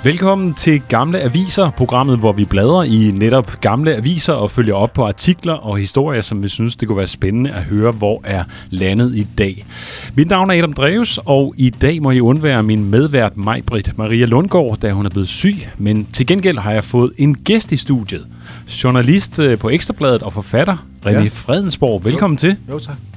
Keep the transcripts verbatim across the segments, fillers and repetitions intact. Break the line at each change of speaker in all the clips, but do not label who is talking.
Velkommen til Gamle Aviser, programmet, hvor vi bladrer i netop gamle aviser og følger op på artikler og historier, som vi synes, det kunne være spændende at høre, hvor er landet i dag. Mit navn er Adam Dreves, og i dag må I undvære min medvært Maj-Britt Maria Lundgaard, da hun er blevet syg, men til gengæld har jeg fået en gæst i studiet. Journalist på Ekstrabladet og forfatter, René ja. Fredensborg. Velkommen
jo.
til.
Jo, tak.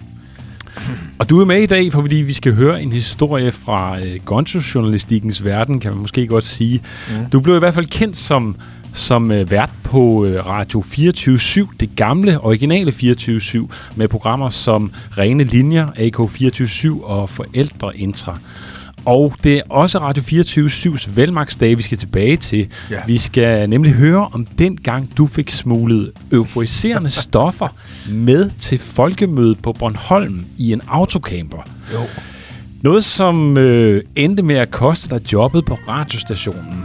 Og du er med i dag, fordi vi skal høre en historie fra øh, gonzo-journalistikkens verden, kan man måske godt sige. Mm. Du blev i hvert fald kendt som, som øh, vært på øh, Radio fireogtyve syv, det gamle, originale fireogtyve syv, med programmer som Rene Linjer, A K fireogtyve syv og Forældreintra. Og det er også Radio fireogtyve syvs velmagtsdag, vi skal tilbage til. Ja. Vi skal nemlig høre om den gang, du fik smuglet euforiserende stoffer med til folkemødet på Bornholm i en autocamper. Jo. Noget, som øh, endte med at koste dig jobbet på radiostationen.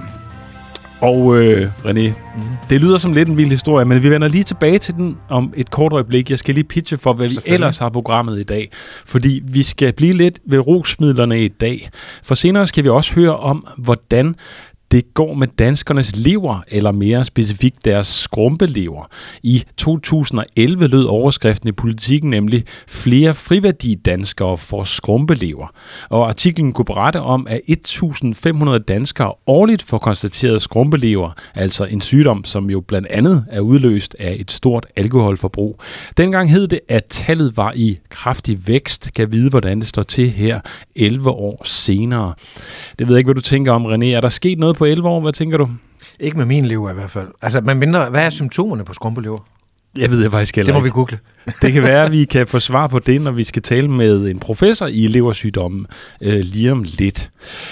Og øh, René, mm. det lyder som lidt en vild historie, men vi vender lige tilbage til den om et kort øjeblik. Jeg skal lige pitche for, hvad vi ellers har programmet i dag. Fordi vi skal blive lidt ved rusmidlerne i dag. For senere skal vi også høre om, hvordan det går med danskernes lever, eller mere specifikt deres skrumpelever. I to tusind og elleve lød overskriften i Politikken nemlig flere friværdige danskere får skrumpelever. Og artiklen kunne berette om, at et tusind fem hundrede danskere årligt får konstateret skrumpelever, altså en sygdom, som jo blandt andet er udløst af et stort alkoholforbrug. Dengang hed det, at tallet var i kraftig vækst. Kan vide, hvordan det står til her elleve år senere. Det ved jeg ikke, hvad du tænker om, René. Er der sket noget på elleve år? Hvad tænker du?
Ikke med min lever i hvert fald. Altså, man mindre, hvad er symptomerne på skrumpelever?
Jeg ved jeg faktisk heller
ikke. Det må vi google.
Det kan være, at vi kan få svar på det, når vi skal tale med en professor i leversygdomme øh, lige om lidt.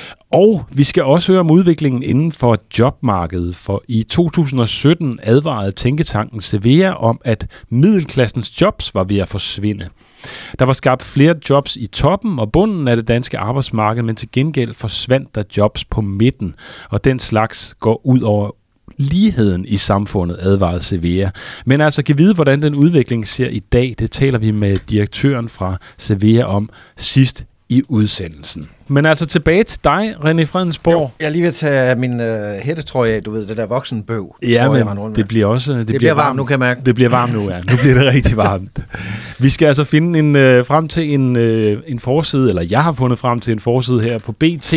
Og vi skal også høre om udviklingen inden for jobmarkedet, for i to tusind og sytten advarede tænketanken Cevea om, at middelklassens jobs var ved at forsvinde. Der var skabt flere jobs i toppen og bunden af det danske arbejdsmarked, men til gengæld forsvandt der jobs på midten, og den slags går ud over ligheden i samfundet, advarede Cevea. Men altså, kan vide, hvordan den udvikling ser i dag, det taler vi med direktøren fra Cevea om sidst i udsendelsen. Men altså tilbage til dig, René Fredensborg.
Jo, jeg er lige ved at tage min øh, hættetrøje af, du ved, det der voksenbøv.
Ja, men jeg, det bliver også... Det,
det bliver, bliver varmt, varmt, nu kan jeg mærke.
Det bliver varmt nu, ja. Nu bliver det rigtig varmt. Vi skal altså finde en, øh, frem til en, øh, en forside, eller jeg har fundet frem til en forside her på B T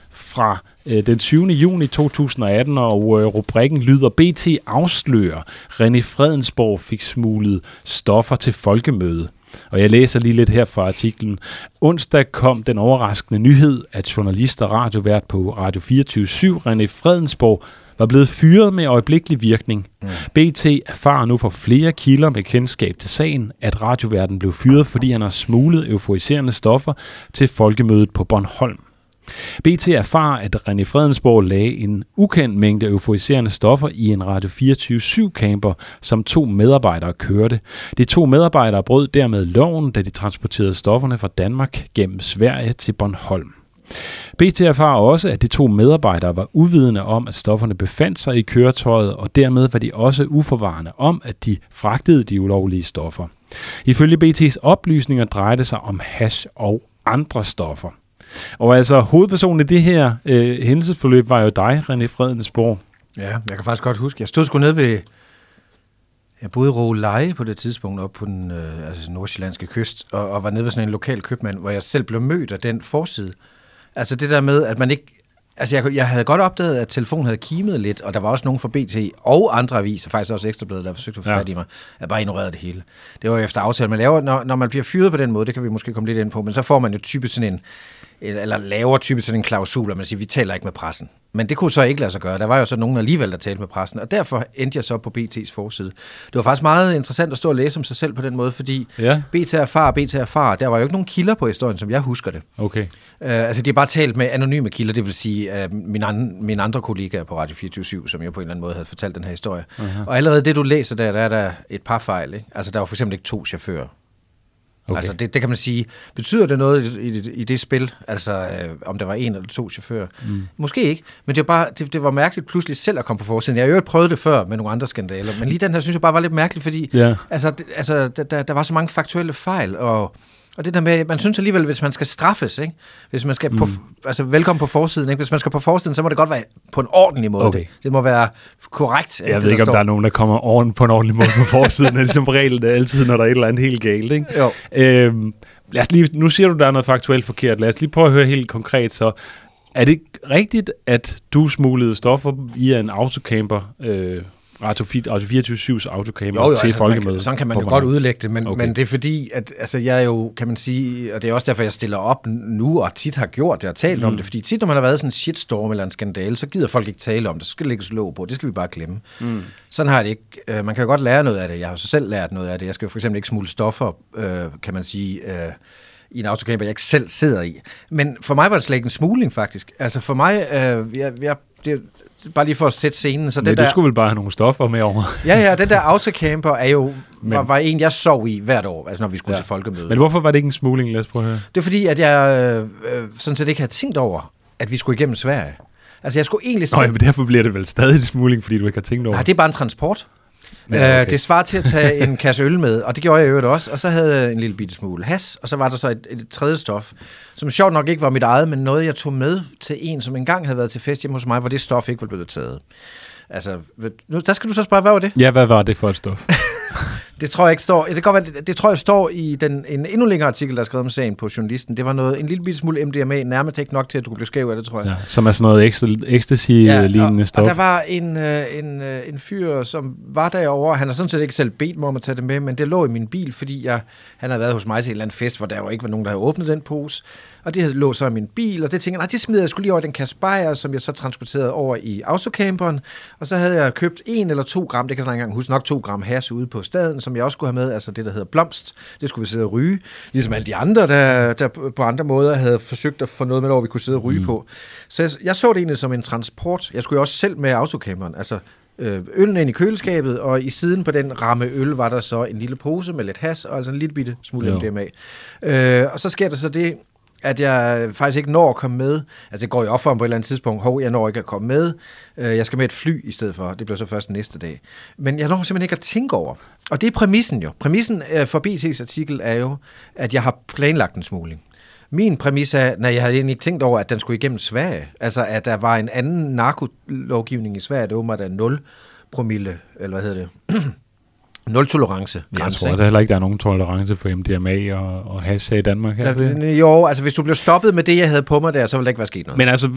fra øh, den tyvende juni to tusind og atten, og øh, rubrikken lyder: B T afslører, René Fredensborg fik smuglet stoffer til folkemøde. Og jeg læser lige lidt her fra artiklen. Onsdag kom den overraskende nyhed, at journalist og radiovært på Radio fireogtyve syv, René Fredensborg, var blevet fyret med øjeblikkelig virkning. Mm. B T erfarer nu fra flere kilder med kendskab til sagen, at radioværten blev fyret, fordi han har smuglet euforiserende stoffer til folkemødet på Bornholm. B T erfarer, at René Fredensborg lagde en ukendt mængde euforiserende stoffer i en Radio fireogtyve syv camper, som to medarbejdere kørte. De to medarbejdere brød dermed loven, da de transporterede stofferne fra Danmark gennem Sverige til Bornholm. B T erfarer også, at de to medarbejdere var uvidende om, at stofferne befandt sig i køretøjet, og dermed var de også uforvarende om, at de fragtede de ulovlige stoffer. Ifølge B T's oplysninger drejede det sig om hash og andre stoffer. Og altså, hovedpersonen i det her øh, hændelsesforløb var jo dig, René Fredensborg.
Ja, jeg kan faktisk godt huske. Jeg stod sgu nede ved... Jeg boede i Råleje på det tidspunkt op på den øh, altså nordsjællandske kyst, og, og var nede ved sådan en lokal købmand, hvor jeg selv blev mødt af den forside. Altså det der med, at man ikke... Altså jeg, jeg havde godt opdaget, at telefonen havde kimet lidt, og der var også nogen fra B T og andre aviser, faktisk også Ekstrabladet, der forsøgte at få fat i mig. Jeg bare ignorerede det hele. Det var efter aftale, man laver. Når, når man bliver fyret på den måde, det kan vi måske komme lidt ind på, men så får man jo typisk sådan en... eller laver typisk sådan en klausul, og man siger, vi taler ikke med pressen. Men det kunne så ikke lade sig gøre. Der var jo så nogen alligevel, der talte med pressen, og derfor endte jeg så på B T's forside. Det var faktisk meget interessant at stå og læse om sig selv på den måde, fordi ja. B T erfarer, B T erfarer, der var jo ikke nogen kilder på historien, som jeg husker det.
Okay.
Uh, altså, de har bare talt med anonyme kilder, det vil sige uh, mine, an- mine andre kollegaer på Radio fireogtyve syv, som jo på en eller anden måde havde fortalt den her historie. Uh-huh. Og allerede det, du læser der, der er der et par fejl, ikke? Altså, der var for eksempel ikke to chauffører. Okay. Altså det, det kan man sige, betyder det noget i, i, i det spil, altså øh, om der var en eller to chauffører? Mm. Måske ikke, men det var, bare, det, det var mærkeligt pludselig selv at komme på forsiden. Jeg har jo prøvet det før med nogle andre skandaler, men lige den her synes jeg bare var lidt mærkelig, fordi yeah. altså, det, altså, der, der var så mange faktuelle fejl, og, Og det der med, man synes alligevel, hvis man skal straffes, ikke? Hvis man skal mm. på, altså velkommen på forsiden, ikke? Hvis man skal på forsiden, så må det godt være på en ordentlig måde.
Okay.
Det, det må være korrekt.
Jeg
det,
ved ikke, om
står.
der er nogen, der kommer oven på en ordentlig måde på forsiden, det er som regel det er altid, når der er et eller andet helt galt, ikke?
Jo.
Øhm, lad os lige, nu siger du, der er noget faktuelt forkert. Lad os lige prøve at høre helt konkret, så er det rigtigt, at du smuglede stoffer via en autocamper, øh, Radio fireogtyve syvs autocamper
jo, jo,
til
altså,
folkemøde?
Man, sådan kan man jo godt udlægge det, men,
okay.
men det er fordi, at altså, jeg er jo, kan man sige, og det er også derfor, jeg stiller op nu, og tit har gjort det og talt mm. om det, fordi tit, når man har været sådan en shitstorm eller en skandale, så gider folk ikke tale om det, så skal det lægges låg på, det skal vi bare glemme. Mm. Sådan har det ikke. Man kan jo godt lære noget af det, jeg har så selv lært noget af det, jeg skal jo for eksempel ikke smule stoffer, øh, kan man sige, øh, i en autocamper, jeg ikke selv sidder i. Men for mig var det slet ikke en smugling, faktisk. Altså for mig, øh, jeg, jeg, det, bare lige for at sætte scenen. Så
Men
det
du
der,
skulle vel bare have nogle stoffer med over?
Ja, ja, den der autocamper er jo, var, var en, jeg sov i hvert år, altså når vi skulle ja. til folkemøde.
Men hvorfor var det ikke en smugling? Lad os prøve at høre.
Det er fordi, at jeg øh, sådan set ikke havde tænkt over, at vi skulle igennem Sverige. Altså jeg skulle egentlig...
Nå, ja, men derfor bliver det vel stadig en smugling, fordi du ikke har tænkt over.
Nej, det er bare en transport.
Ja, okay.
øh, det svarer til at tage en kasse øl med, og det gjorde jeg i øvrigt også, og så havde jeg en lille bitte smule has, og så var der så et, et tredje stof, som sjovt nok ikke var mit eget, men noget jeg tog med til en, som engang havde været til fest hjemme hos mig, hvor det stof ikke var blevet taget. Altså, nu, der skal du så spørge, hvad var det?
Ja, hvad var det for et stof?
Det tror jeg ikke står. Det, kan godt være, det, det tror jeg står i den, en endnu længere artikel, der er skrevet om sagen på Journalisten. Det var noget, en lille bitte smule M D M A, nærmest ikke nok til, at du kunne blive skæv af det, tror jeg.
Ja, som er sådan noget ecstasy-lignende
ja,
stof.
Og der var en, en, en fyr, som var derovre. Han har sådan set ikke selv bedt mig om at tage det med, men det lå i min bil, fordi jeg, han havde været hos mig til en eller anden fest, hvor der jo ikke var nogen, der havde åbnet den pose. Og det lå så i min bil, og det tænkte jeg, nej, det smider jeg skulle lige over den kasse bajer, som jeg så transporterede over i autocamperen. Og så havde jeg købt en eller to gram, det kan jeg ikke engang huske, nok to gram hash ude på staden, som jeg også skulle have med, altså det, der hedder blomst. Det skulle vi sidde og ryge, ligesom alle de andre, der, der på andre måder havde forsøgt at få noget med, hvor vi kunne sidde og ryge mm. på. Så jeg, jeg så det egentlig som en transport. Jeg skulle jo også selv med autocamperen, altså øllen ind i køleskabet, og i siden på den ramme øl var der så en lille pose med lidt hash, og altså en lille bitte smule M D M A. Øh, og så sker der så det, at jeg faktisk ikke når at komme med. Altså det går jo op for mig på et eller andet tidspunkt. Hov, jeg når ikke at komme med. Jeg skal med et fly i stedet for. Det bliver så først næste dag. Men jeg når simpelthen ikke at tænke over. Og det er præmissen jo. Præmissen for B T's artikel er jo, at jeg har planlagt en smugling. Min præmis er, når jeg havde egentlig ikke tænkt over, at den skulle igennem Sverige. Altså at der var en anden narkolovgivning i Sverige. Det var der nul promille, eller hvad hedder det? Nul tolerance.
Jeg tror da heller ikke, der er nogen tolerance for M D M A og, og hash i Danmark. Her,
der, jo, altså hvis du blev stoppet med det, jeg havde på mig der, så ville der ikke være sket noget.
Men altså,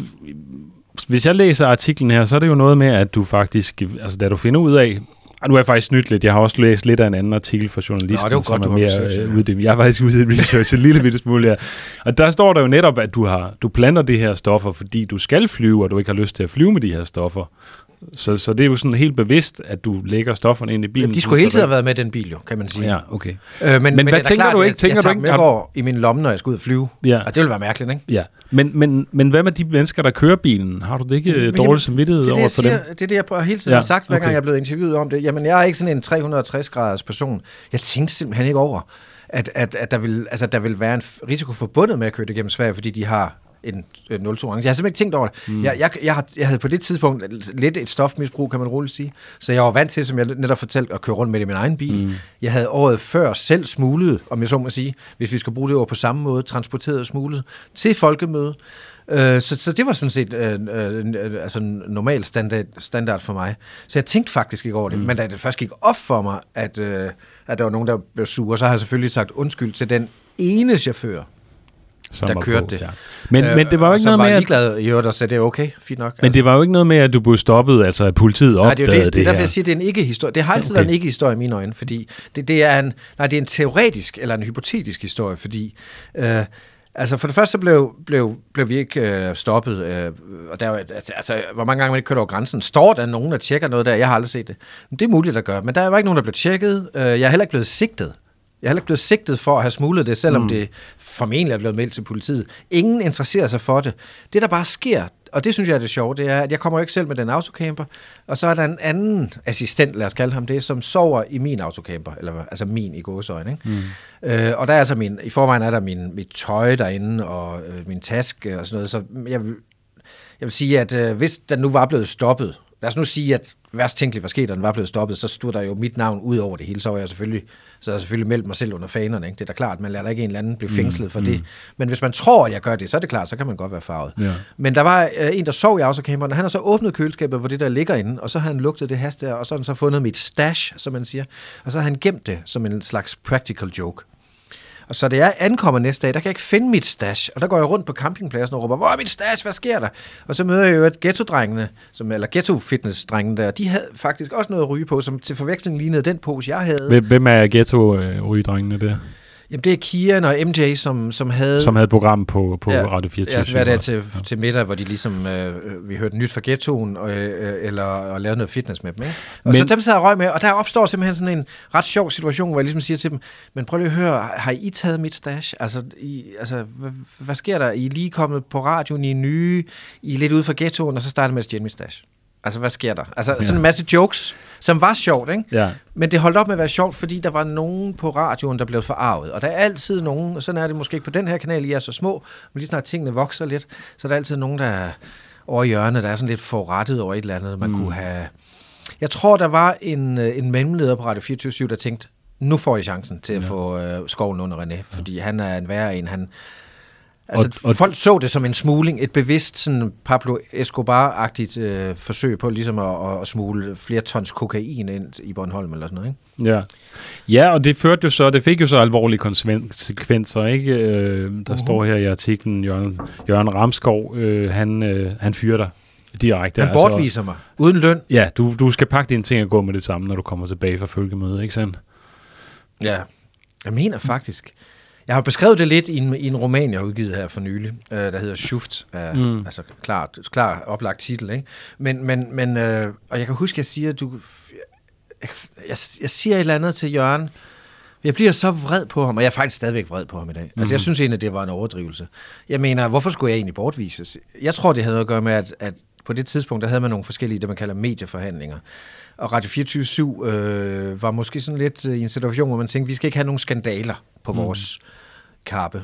hvis jeg læser artiklen her, så er det jo noget med, at du faktisk, altså da du finder ud af, og nu er jeg faktisk snydt lidt, jeg har også læst lidt af en anden artikel fra Journalisten,
Nå, det var godt,
som er mere øh, uddelt. Jeg har faktisk uddet research en lille bitte smule her. Og der står der jo netop, at du har du planter de her stoffer, fordi du skal flyve, og du ikke har lyst til at flyve med de her stoffer. Så, så det er jo sådan helt bevidst, at du lægger stofferne ind i bilen.
Ja, de skulle hele tiden have været med den bil, jo, kan man sige.
Ja, okay.
Øh, men, men,
men
hvad
tænker
klart,
du ikke? Tænker
jeg, jeg
du
tager
ikke?
med har... i min lomme, når jeg skal ud og flyve. Ja. Og det ville være mærkeligt, ikke?
Ja. Men, men, men hvad med de mennesker, der kører bilen? Har du det ikke men, dårlig samvittighed over for
siger,
dem?
Det er det, jeg hele tiden ja, har sagt, hver okay. gang jeg er blevet interviewet om det. Jamen, jeg er ikke sådan en tre hundrede og tres graders person. Jeg tænkte simpelthen ikke over, at, at, at der, vil, altså, der vil være en risiko forbundet med at køre det gennem Sverige, fordi de har en nul tolerance. Jeg har simpelthen ikke tænkt over det. Mm. Jeg, jeg, jeg, har, jeg havde på det tidspunkt lidt et stofmisbrug, kan man roligt sige. Så jeg var vant til, som jeg netop fortalte, at køre rundt med det i min egen bil. Mm. Jeg havde året før selv smuglet, om jeg så må sige, hvis vi skal bruge det ord på samme måde, transporteret og smuglet til folkemøde. Uh, så, så det var sådan set uh, uh, altså normal standard, standard for mig. Så jeg tænkte faktisk ikke over det. Mm. Men da det først gik op for mig, at, uh, at der var nogen, der blev sure, så har jeg selvfølgelig sagt undskyld til den ene chauffør, som der kørte på, det. Ja.
Men, øh, men det var jo ikke noget med, at...
Som var ligeglad i øvrigt og sagde, det er okay, fint nok.
Men altså. Det var jo ikke noget med, at du blev stoppet, altså at politiet opdagede det. Nej, det er jo det, det,
det er derfor, jeg siger, det er en ikke-historie. Det har altid okay. været en ikke-historie i mine øjne, fordi det, det, er en, nej, det er en teoretisk eller en hypotetisk historie, fordi... Øh, Altså for det første blev, blev, blev vi ikke øh, stoppet, øh, og der, altså, altså hvor mange gange man ikke kørte over grænsen. Står der nogen, der tjekker noget der? Jeg har aldrig set det. Men det er muligt at gøre, men der var ikke nogen, der blev tjekket. Øh, jeg er heller ikke blevet sigtet. Jeg er heller ikke blevet sigtet for at have smuglet det, selvom mm. det formentlig er blevet meldt til politiet. Ingen interesserer sig for det. Det, der bare sker, og det synes jeg er det sjove, det er, at jeg kommer jo ikke selv med den autocamper, og så er der en anden assistent, lad os kalde ham det, som sover i min autocamper, eller altså min i gåseøjne, ikke? Mm. Øh, og der er altså min, i forvejen er der min, mit tøj derinde, og øh, min taske og sådan noget, så jeg vil, jeg vil sige, at øh, hvis der nu var blevet stoppet, lad os nu sige, at værst tænkeligt var sket, og den var blevet stoppet, så stod der jo mit navn ud over det hele, så var jeg selvfølgelig, så jeg selvfølgelig meldt mig selv under fanerne, ikke? Det er da klart, man lader ikke en eller anden blive fængslet for mm, det. Mm. Men hvis man tror, at jeg gør det, så er det klart, så kan man godt være farvet. Ja. Men der var øh, en, der sov i autocamperen, og han har så åbnet køleskabet, hvor det der ligger inde, og så har han lugtet det has der, og så har han så fundet mit stash, som man siger, og så har han gemt det som en slags practical joke. Og så da jeg ankommer næste dag, der kan jeg ikke finde mit stash, og der går jeg rundt på campingpladsen og råber, hvor er mit stash, hvad sker der? Og så møder jeg jo et ghetto-drengene, som, eller ghetto-fitness-drengene der, de havde faktisk også noget at ryge på, som til forveksling lignede den pose, jeg havde.
Hvem er ghetto-rygedrengene der?
Jamen, det er Kian og M J, som, som havde...
Som havde et program på, på
ja,
Radio fireogtyve.
Ja, så var det til, ja. til middag, hvor de ligesom... Øh, vi hørte nyt fra ghettoen, og, øh, eller og lavede noget fitness med dem, ikke? Og men, så dem sad jeg røg med, og der opstår simpelthen sådan en ret sjov situation, hvor jeg ligesom siger til dem, men prøv lige at høre, har I taget mit stash? Altså, I, altså hvad, hvad sker der? I er lige kommet på radioen, I er nye, I er lidt ude fra ghettoen, og så starter med at stjæle mit stash. Altså, hvad sker der? Altså, ja. Sådan en masse jokes, som var sjovt, ikke?
Ja.
Men det holdt op med at være sjovt, fordi der var nogen på radioen, der blev forarvet. Og der er altid nogen, og sådan er det måske ikke på den her kanal, I er så små, men lige snart tingene vokser lidt, så der er altid nogen, der er over i hjørnet, der er sådan lidt forrettet over et eller andet, man mm. kunne have... Jeg tror, der var en, en mellemleder på Radio fireogtyve syv, der tænkte, nu får I chancen til at ja. få øh, skoven under René, fordi ja. han er en værre en, han... Altså, og, og folk så det som en smugling, et bevidst sådan Pablo Escobar-agtigt øh, forsøg på ligesom at, at smule flere tons kokain ind i Bornholm eller sådan noget, ikke?
Ja. Ja, og det førte jo så, det fik jo så alvorlige konsekvenser, ikke? Øh, der uh-huh. står her i artiklen, Jørgen, Jørgen Ramskov, øh, han, øh, han fyrer dig direkte.
Han bortviser altså, mig, uden løn.
Ja, du, du skal pakke dine ting og gå med det samme, når du kommer tilbage fra følgemødet, ikke sandt?
Ja, jeg mener faktisk... Jeg har beskrevet det lidt i en, i en roman, jeg har udgivet her for nylig, øh, der hedder Schuft. Øh, mm. Altså klar, klar oplagt titel, ikke? Men, men, men øh, og jeg kan huske, jeg siger, du, jeg, jeg, jeg siger et eller andet til Jørgen. Jeg bliver så vred på ham, og jeg er faktisk stadigvæk vred på ham i dag. Mm. Altså jeg synes egentlig, at det var en overdrivelse. Jeg mener, hvorfor skulle jeg egentlig bortvises? Jeg tror, det havde noget at gøre med, at, at på det tidspunkt, der havde man nogle forskellige, det man kalder medieforhandlinger. Og Radio fireogtyve syv øh, var måske sådan lidt i en situation, hvor man tænkte, vi skal ikke have nogen skandaler på vores mm. kappe.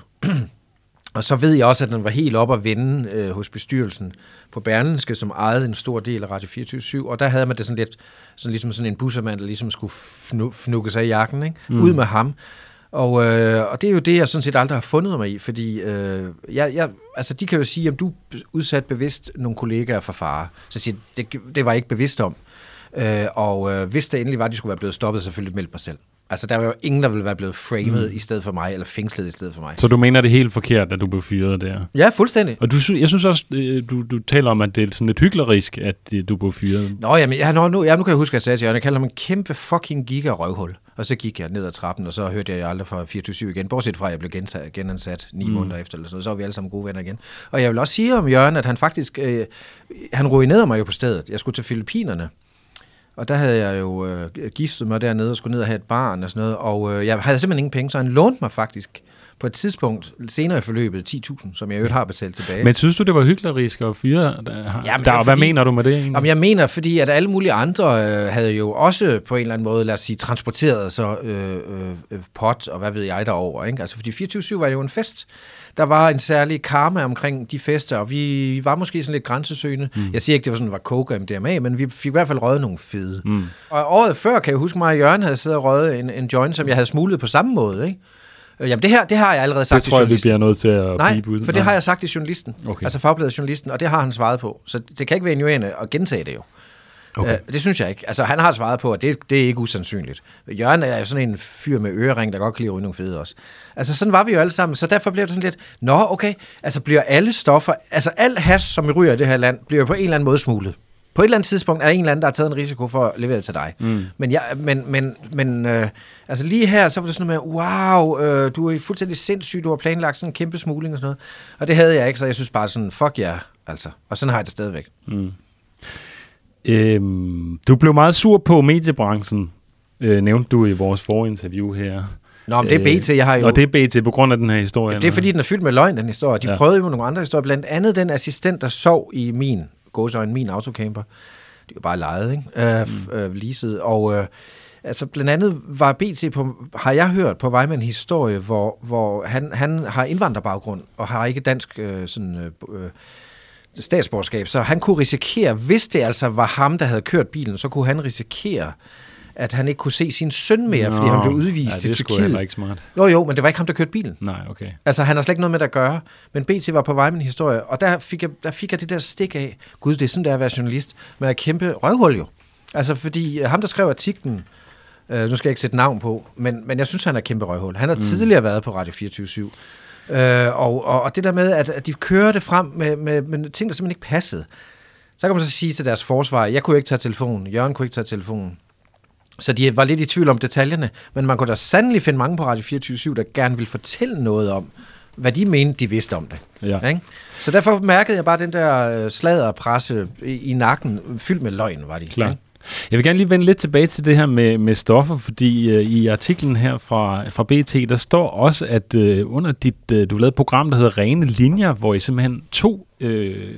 Og så ved jeg også, at den var helt op at vende øh, hos bestyrelsen på Berlingske, som ejede en stor del af Radio fireogtyve syv, og der havde man det sådan lidt, sådan ligesom sådan en bussermand, der ligesom skulle fnu, fnukke sig i jakken, ikke? Mm. Ud med ham. Og, øh, og det er jo det, jeg sådan set aldrig har fundet mig i, fordi øh, jeg, jeg, altså, de kan jo sige, at du udsat bevidst nogle kollegaer for fare. Så siger det, det var jeg ikke bevidst om. Øh, og øh, hvis det endelig var, at de skulle være blevet stoppet, så selvfølgelig meldt mig selv. Altså, der var jo ingen, der ville være blevet framed mm. i stedet for mig, eller fængslet i stedet for mig.
Så du mener det helt forkert, at du blev fyret der?
Ja, fuldstændig.
Og du, jeg synes også, du, du taler om, at det er sådan lidt hyklerisk, at du blev fyret.
Nå, jamen, jeg, nu, ja, nu kan jeg huske, at jeg sagde til Jørgen, jeg kalder ham en kæmpe fucking giga-røvhul. Og så gik jeg ned ad trappen, og så hørte jeg aldrig fra fireogtyve syv igen, bortset fra, at jeg blev gensat, genansat ni mm. måneder efter, eller så, så var vi alle sammen gode venner igen. Og jeg vil også sige om Jørgen, at han faktisk, øh, han ruinerede mig jo på stedet. Jeg skulle til Filippinerne. Og der havde jeg jo øh, giftet mig dernede og skulle ned og have et barn og sådan noget, og øh, jeg havde simpelthen ingen penge, så han lånte mig faktisk på et tidspunkt senere i forløbet ti tusind, som jeg jo har betalt tilbage.
Men synes du, det var hyklerisk at fyre? Der,
Jamen,
der,
fordi,
hvad mener du med det egentlig?
Jamen, jeg mener, fordi at alle mulige andre øh, havde jo også på en eller anden måde, lad os sige, transporteret så øh, øh, pot og hvad ved jeg derover, ikke? Altså, fordi fireogtyve syv var jo en fest. Der var en særlig karma omkring de fester, og vi var måske sådan lidt grænsesøgende. Mm. Jeg siger ikke, det var sådan, var coke og M D M A, men vi fik i hvert fald røget nogle fede. Mm. Og året før, kan jeg huske mig, at Jørgen havde siddet og røget en, en joint, som jeg havde smuglet på samme måde, ikke? Jamen det her, det har jeg allerede sagt
til journalisten. Det tror jeg, vi bliver nødt til at
Nej,
pipe ud.
for det har jeg sagt til journalisten. Okay. Altså fagbladet journalisten, og det har han svaret på. Så det kan ikke være injurierende at gentage det jo. Okay. Uh, det synes jeg ikke. Altså han har svaret på, at det, det er ikke usandsynligt. Jørgen er jo sådan en fyr med ørering, der godt kan lide at ryge nogle fede også. Altså sådan var vi jo alle sammen, så derfor bliver det sådan lidt, nå okay, altså bliver alle stoffer, altså al hash, som vi ryger i det her land, bliver på en eller anden måde smuglet. På et eller andet tidspunkt er der en eller anden, der har taget en risiko for at levere det til dig. Mm. Men, jeg, men, men, men øh, altså lige her, så var det sådan noget med, wow, øh, du er fuldstændig sindssyg, du har planlagt sådan en kæmpe smugling og sådan noget. Og det havde jeg ikke, så jeg synes bare sådan, fuck ja, yeah, altså. Og sådan har jeg det stadigvæk. Mm.
Øhm, du blev meget sur på mediebranchen, øh, nævnte du i vores forinterview her.
Nå, men det er B T, jeg har jo...
Og det er B T på grund af den her historie?
Ja, det er fordi, den er fyldt med løgn, den historie. De ja. prøvede jo nogle andre historier, blandt andet den assistent, der sov i min, gåseøjne, min autocamper. Det var bare lejet, ikke? Øh, mm. øh, leaset. Og øh, altså, blandt andet var B T på, har jeg hørt på vej med en historie, hvor, hvor han, han har indvandrerbaggrund, og har ikke dansk øh, sådan... Øh, statsborgerskab, så han kunne risikere, hvis det altså var ham, der havde kørt bilen, så kunne han risikere, at han ikke kunne se sin søn mere, Nå, fordi han blev udvist
ja,
til
det
Tyrkiet.
Det er ikke smart.
Jo, jo, men det var ikke ham, der kørte bilen.
Nej, okay.
Altså, han har slet ikke noget med det at gøre. Men B T var på vej med en historie, og der fik, jeg, der fik jeg det der stik af, gud, det er sådan, der er at være journalist, men at kæmpe røvhul jo. Altså, fordi ham, der skrev artiklen, øh, nu skal jeg ikke sætte navn på, men, men jeg synes, han er kæmpe røvhul. Han har mm. tidligere været på Radio fireogtyve syv. Øh, og, og, og det der med, at, at de kører det frem med, med, med ting, der simpelthen ikke passede. Så kan man så sige til deres forsvar, jeg kunne ikke tage telefonen, Jørgen kunne ikke tage telefonen. Så de var lidt i tvivl om detaljerne, men man kunne da sandelig finde mange på Radio fireogtyve syv, der gerne ville fortælle noget om, hvad de mente, de vidste om det.
Ja.
Ikke? Så derfor mærkede jeg bare den der sladderpresse i, i nakken, fyldt med løgn, var de.
Klar. Jeg vil gerne lige vende lidt tilbage til det her med, med stoffer, fordi uh, i artiklen her fra, fra B T, der står også, at uh, under dit, uh, du lavede et program, der hedder Rene Linjer, hvor I simpelthen tog uh,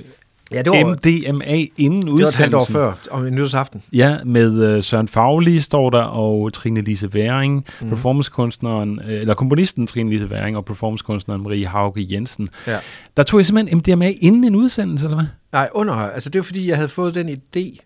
ja, det var, M D M A inden udsendelsen.
Det var et halvt år før, om en nyhedsaften.
Ja, med uh, Søren Fauli står der, og Trine Lise Væring, mm. performancekunstneren, uh, eller komponisten Trine Lise Væring, og performancekunstneren Marie Hauge Jensen. Ja. Der tog I simpelthen M D M A inden en udsendelse, eller hvad?
Nej, under. Altså det var fordi, jeg havde fået den idé.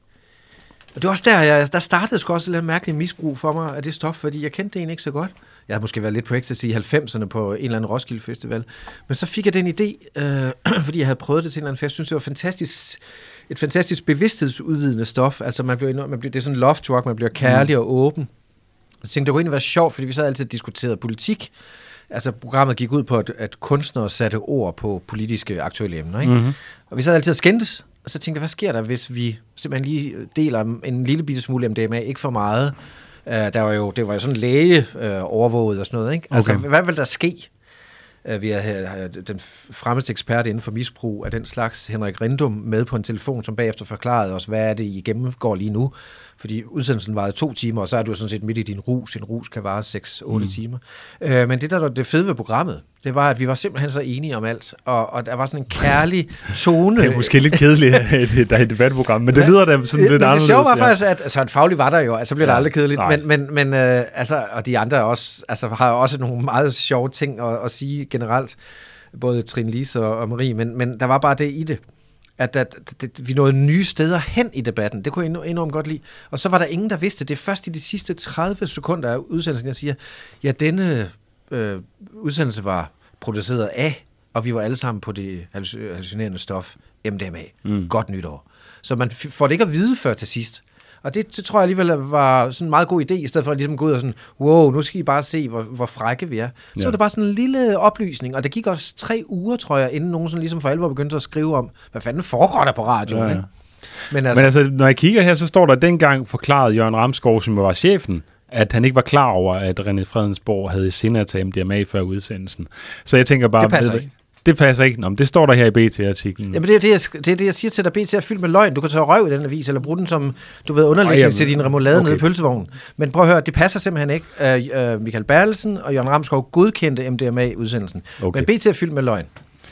Og det var også der, jeg, der startede sgu også et lidt mærkeligt misbrug for mig af det stof, fordi jeg kendte det egentlig ikke så godt. Jeg havde måske været lidt på ecstasy i halvfemserne på en eller anden Roskilde Festival. Men så fik jeg den idé, øh, fordi jeg havde prøvet det til en eller anden fest. Jeg synes, det var fantastisk, et fantastisk bevidsthedsudvidende stof. Altså man bliver, man bliver, det er sådan en love drug, man bliver kærlig mm. og åben. Så tænkte, det kunne egentlig være sjovt, fordi vi sad altid diskuterede politik. Altså programmet gik ud på, at, at kunstnere satte ord på politiske aktuelle emner. Ikke? Mm-hmm. Og vi sad altid og skændtes. Og så tænkte jeg, hvad sker der, hvis vi simpelthen lige deler en lille bitte smule M D M A, ikke for meget. Uh, der var jo, det var jo sådan læge uh, overvåget og sådan noget, ikke? Okay. Altså, hvad vil der ske? Uh, vi har den fremmeste ekspert inden for misbrug af den slags, Henrik Rindum, med på en telefon, som bagefter forklarede os, hvad er det, I gennemgår lige nu? Fordi udsendelsen varede to timer, og så er du sådan set midt i din rus. En rus kan vare seks otte mm. timer. Uh, men det, der var det fede ved programmet, det var, at vi var simpelthen så enige om alt, og, og der var sådan en kærlig tone.
Det er måske lidt kedeligt, at der er et debatprogram, men det ja, lyder da sådan lidt
men
anderledes.
Det sjove var
ja.
faktisk, at Søren Fauli var der jo, altså bliver ja, det aldrig kedeligt, nej. men, men, men øh, altså, og de andre også, altså, har også nogle meget sjove ting at, at sige generelt, både Trine Lise og, og Marie, men, men der var bare det i det, at, at, at, at vi nåede nye steder hen i debatten. Det kunne jeg enormt godt lide. Og så var der ingen, der vidste det. Det er først i de sidste tredive sekunder af udsendelsen, jeg siger, ja, denne øh, udsendelse var produceret af, og vi var alle sammen på det hallucinerende stof M D M A. Mm. Godt nytår. Så man f- får det ikke at vide før til sidst. Og det, det tror jeg alligevel var sådan en meget god idé, i stedet for at ligesom gå ud og sådan, wow, nu skal I bare se, hvor, hvor frække vi er. Så ja. var det bare sådan en lille oplysning, og det gik også tre uger, tror jeg, inden nogen sådan ligesom for alvor begyndte at skrive om, hvad fanden foregår der på radioen, ja, ja. Ikke?
Men altså, Men altså, når jeg kigger her, så står der, dengang forklarede Jørgen Ramskov, som var chefen, at han ikke var klar over, at René Fredensborg havde i sinde at tage M D M A før udsendelsen. Så jeg tænker bare...
Det passer ikke.
Det passer ikke. Nå, men det står der her i B T-artiklen.
Jamen det er det, jeg, det er det, jeg siger til dig. B T er fyldt med løgn. Du kan tage røv i den avis, eller bruge den som, du ved, underlægning til din remoulade okay. nede i pølsevognen. Men prøv at høre, det passer simpelthen ikke. Uh, uh, Michael Bertelsen og Jørgen Ramskov godkendte M D M A-udsendelsen. Okay. Men B T er fyldt med løgn.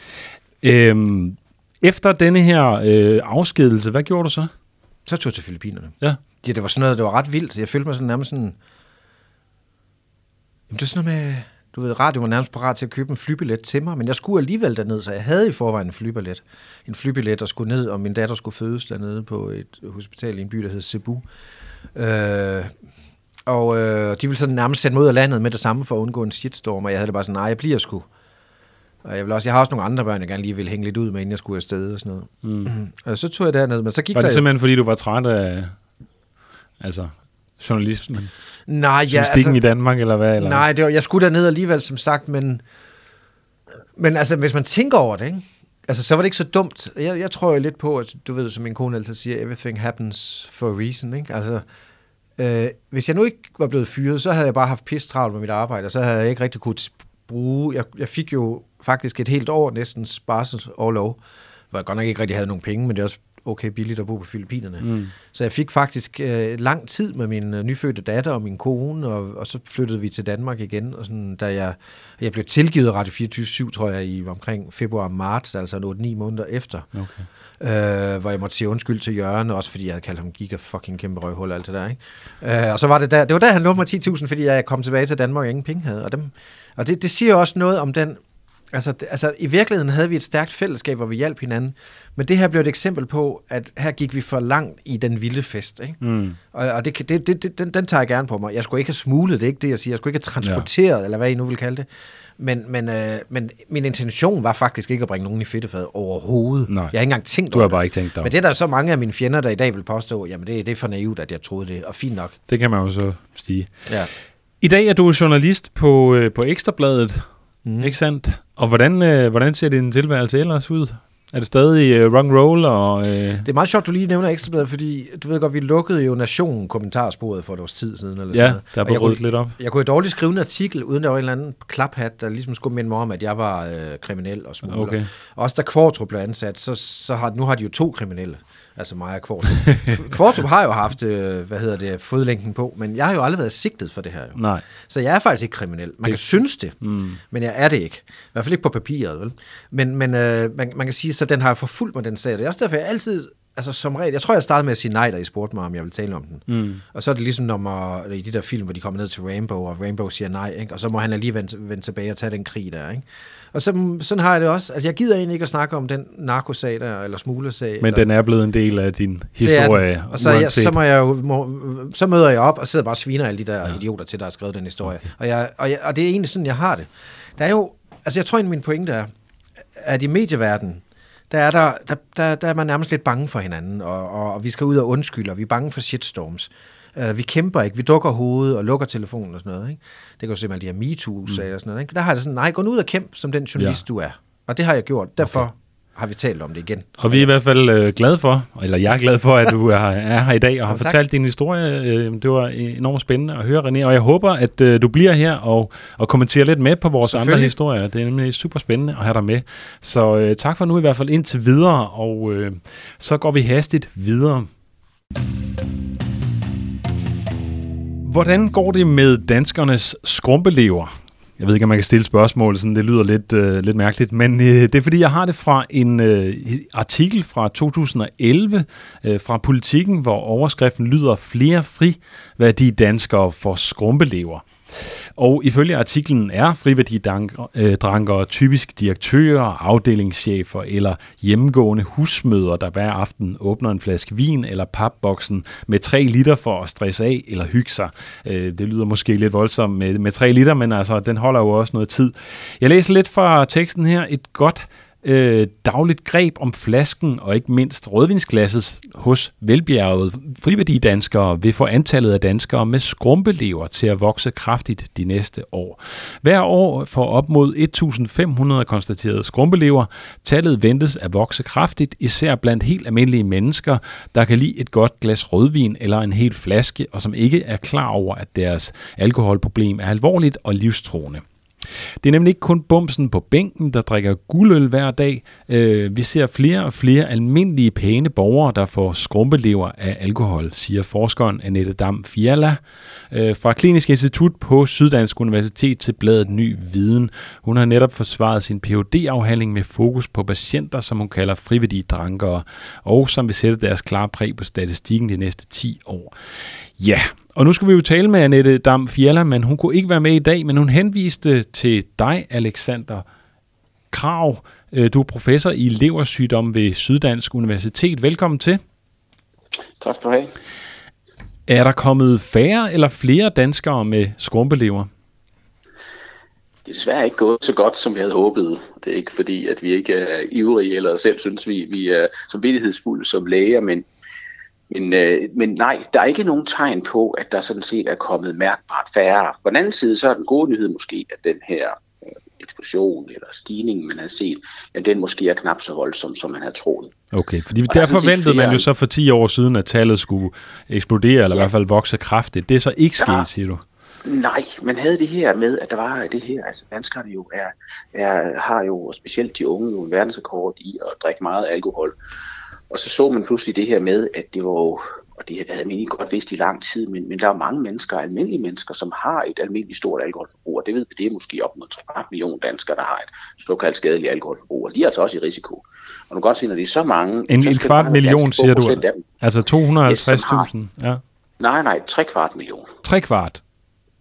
Øhm, efter denne her øh, afskedelse, hvad gjorde du så?
Så tog jeg til Filippinerne.
Ja.
Ja, det var sådan noget, det var ret vildt. Jeg følte mig sådan nærmest sådan... Jamen det er sådan noget med... Du ved, radio var nærmest parat til at købe en flybillet til mig, men jeg skulle alligevel derned, så jeg havde i forvejen en flybillet. En flybillet, der skulle ned, og min datter skulle fødes dernede på et hospital i en by, der hed Cebu. Øh, og øh, de ville sådan nærmest sætte mig ud af landet med det samme for at undgå en shitstorm, og jeg havde det bare sådan, nej, jeg bliver sgu. Og jeg, vil også, jeg har også nogle andre børn, jeg gerne lige ville hænge lidt ud med, inden jeg skulle afsted og sådan noget. Mm. Og så tog jeg derned, men så gik
var
der...
Var det simpelthen, fordi du var træt af altså, journalismen?
Nej, ja, altså,
i Danmark, eller hvad? Eller?
Nej, det var, jeg skulle derned alligevel, som sagt, men, men altså, hvis man tænker over det, ikke? Altså, så var det ikke så dumt. Jeg, jeg tror jo lidt på, at du ved, som min kone altid siger, everything happens for a reason, ikke? Altså, øh, hvis jeg nu ikke var blevet fyret, så havde jeg bare haft pisse travlt med mit arbejde, og så havde jeg ikke rigtig kunnet bruge... Jeg, jeg fik jo faktisk et helt år næsten barselsorlov, hvor jeg godt nok ikke rigtig havde nogen penge, men det er også okay billigt at bo på Filippinerne. Mm. Så jeg fik faktisk øh, lang tid med min øh, nyfødte datter og min kone, og, og så flyttede vi til Danmark igen, og sådan, da jeg, jeg blev tilgivet af Radio fireogtyve syv, tror jeg, i omkring februar-marts, altså otte ni måneder efter, okay. øh, hvor jeg måtte sige undskyld til Jørgen, også fordi jeg havde kaldt ham giga fucking kæmpe røghul og alt det der, ikke? Øh, og så var det der, det var der, han lånte mig ti tusind, fordi jeg kom tilbage til Danmark og ingen penge havde, og, dem, og det, det siger også noget om den Altså, altså, i virkeligheden havde vi et stærkt fællesskab, hvor vi hjalp hinanden, men det her blev et eksempel på, at her gik vi for langt i den vilde fest, ikke? Mm. Og, og det, det, det, det, den, den tager jeg gerne på mig. Jeg skulle ikke have smuglet, det er ikke det, jeg siger. Jeg skulle ikke have transporteret, ja. Eller hvad I nu vil kalde det. Men, men, øh, men min intention var faktisk ikke at bringe nogen i fedtefad overhovedet.
Nej.
Jeg har ikke engang tænkt
du har
over
bare ikke tænkt dig.
Men det er der så mange af mine fjender, der i dag vil påstå, jamen det, det er for naivt, at jeg troede det, og fint nok.
Det kan man jo så sige.
Ja.
I dag er du journalist på, øh, på Ekstrabladet, mm. ikke sandt? Og hvordan, øh, hvordan ser din tilværelse ellers ud? Er det stadig øh, rock and roll? Og, øh... Det
er meget sjovt, du lige nævner Ekstrabladet, fordi du ved godt, vi lukkede jo Nation kommentarsporet for et års tid siden. Eller
ja,
sådan
der er bare ryddet lidt op.
Jeg kunne jo dårligt skrive en artikel, uden der var en eller anden klaphat, der ligesom skulle minde mig om, at jeg var øh, kriminel og smugler. Okay. Også da Kvartrup blev ansat, så, så har, nu har de jo to kriminelle. Altså mig og Kvartrup. Kvartrup har jo haft, øh, hvad hedder det, fodlænken på, men jeg har jo aldrig været sigtet for det her. Jo.
Nej.
Så jeg er faktisk ikke kriminel. Man det. kan synes det, mm. men jeg er det ikke. I hvert fald ikke på papiret, vel? Men, men øh, man, man kan sige, så den har forfulgt mig, den sag. Det er også derfor, jeg altid, altså som regel, jeg tror, jeg startede med at sige nej, da I spurgte mig, om jeg ville tale om den. Mm. Og så er det ligesom, når man, i de der film, hvor de kommer ned til Rainbow, og Rainbow siger nej, ikke? Og så må han lige vende, vende tilbage og tage den krig der, ikke? Og så, sådan har jeg det også. Altså, jeg gider egentlig ikke at snakke om den narkosag der, eller smuglersag.
Men
eller...
den er blevet en del af din historie.
Og så, jeg, så, må jeg jo, må, så møder jeg op og sidder bare og sviner alle de der ja. idioter til, der har skrevet den historie. Okay. Og, jeg, og, jeg, og det er egentlig sådan, jeg har det. Der er jo, altså jeg tror egentlig, min pointe er, at i medieverdenen, der er, der, der, der, der er man nærmest lidt bange for hinanden, og, og, og vi skal ud og undskylde, og vi er bange for shitstorms. Uh, vi kæmper ikke, vi dukker hovedet og lukker telefonen og sådan noget, ikke? Det kan jo simpelthen de her MeToo-sager mm. og sådan noget, ikke? Der har jeg sådan, nej, gå ud og kæmp som den journalist, ja. du er. Og det har jeg gjort, derfor okay. har vi talt om det igen.
Og vi er i hvert fald øh, glade for, eller jeg er glad for, at du er, er her i dag og har ja, fortalt din historie. Øh, det var enormt spændende at høre, René, og jeg håber, at øh, du bliver her og, og kommenterer lidt med på vores andre historier. Det er nemlig super spændende at have dig med. Så øh, tak for nu i hvert fald indtil videre, og øh, så går vi hastigt videre. Hvordan går det med danskernes skrumpelever? Jeg ved ikke, om man kan stille spørgsmål, sådan det lyder lidt, øh, lidt mærkeligt, men øh, det er fordi, jeg har det fra en øh, artikel fra to tusind og elleve øh, fra Politikken, hvor overskriften lyder flere friværdidanskere for skrumpelever. Og ifølge artiklen er friværdidrankere typisk direktører, afdelingschefer eller hjemmegående husmødre, der hver aften åbner en flaske vin eller papboksen med tre liter for at stresse af eller hygge sig. Det lyder måske lidt voldsomt med, med tre liter, men altså, den holder jo også noget tid. Jeg læser lidt fra teksten her. Et godt Øh, dagligt greb om flasken og ikke mindst rødvinsglasset hos velbjergede friværdidanskere vil få antallet af danskere med skrumpelever til at vokse kraftigt de næste år. Hver år får op mod et tusind fem hundrede konstaterede skrumpelever. Tallet ventes at vokse kraftigt, især blandt helt almindelige mennesker, der kan lide et godt glas rødvin eller en hel flaske, og som ikke er klar over, at deres alkoholproblem er alvorligt og livstruende. Det er nemlig ikke kun bumsen på bænken, der drikker guldøl hver dag. Øh, vi ser flere og flere almindelige pæne borgere, der får skrumpelever af alkohol, siger forskeren Annette Dam Fiala øh, fra Klinisk Institut på Syddansk Universitet til bladet Ny Viden. Hun har netop forsvaret sin P H D-afhandling med fokus på patienter, som hun kalder friværdidrankere, og som vil sætte deres klare præg på statistikken de næste ti år. Ja, og nu skal vi jo tale med Annette Dam Fiala, men hun kunne ikke være med i dag, men hun henviste til dig, Alexander Krag. Du er professor i leversygdom ved Syddansk Universitet. Velkommen til.
Tak skal du have.
Er der kommet færre eller flere danskere med skrumpelever?
Det er desværre ikke gået så godt, som vi havde håbet. Det er ikke fordi, at vi ikke er ivrige, eller selv synes, vi, vi er samvittighedsfulde som læger, men Men, øh, men nej, der er ikke nogen tegn på, at der sådan set er kommet mærkbart færre. På den anden side, så er den gode nyhed måske, at den her øh, eksplosion eller stigning, man har set, ja, den måske er knap så voldsom, som man har troet.
Okay, fordi der forventede flere... man jo så for ti år siden, at tallet skulle eksplodere, eller ja. i hvert fald vokse kraftigt. Det er så ikke sket, ja. siger du?
Nej, man havde det her med, at der var det her, altså danskerne jo er, er, har jo, og specielt de unge, jo en verdensrekord i at drikke meget alkohol. Og så så man pludselig det her med, at det var, og det havde man ikke godt vidst i lang tid, men, men der er mange mennesker, almindelige mennesker, som har et almindeligt stort alkoholforbrug, og det ved vi, det er måske op mod tre millioner danskere, der har et såkaldt skadeligt alkoholforbrug, og de er altså også i risiko. Og du kan godt se, når det er så mange...
En, en kvart million, siger du? Altså to hundrede og halvtreds tusind? Ja.
Nej, nej, tre kvart million.
Tre kvart?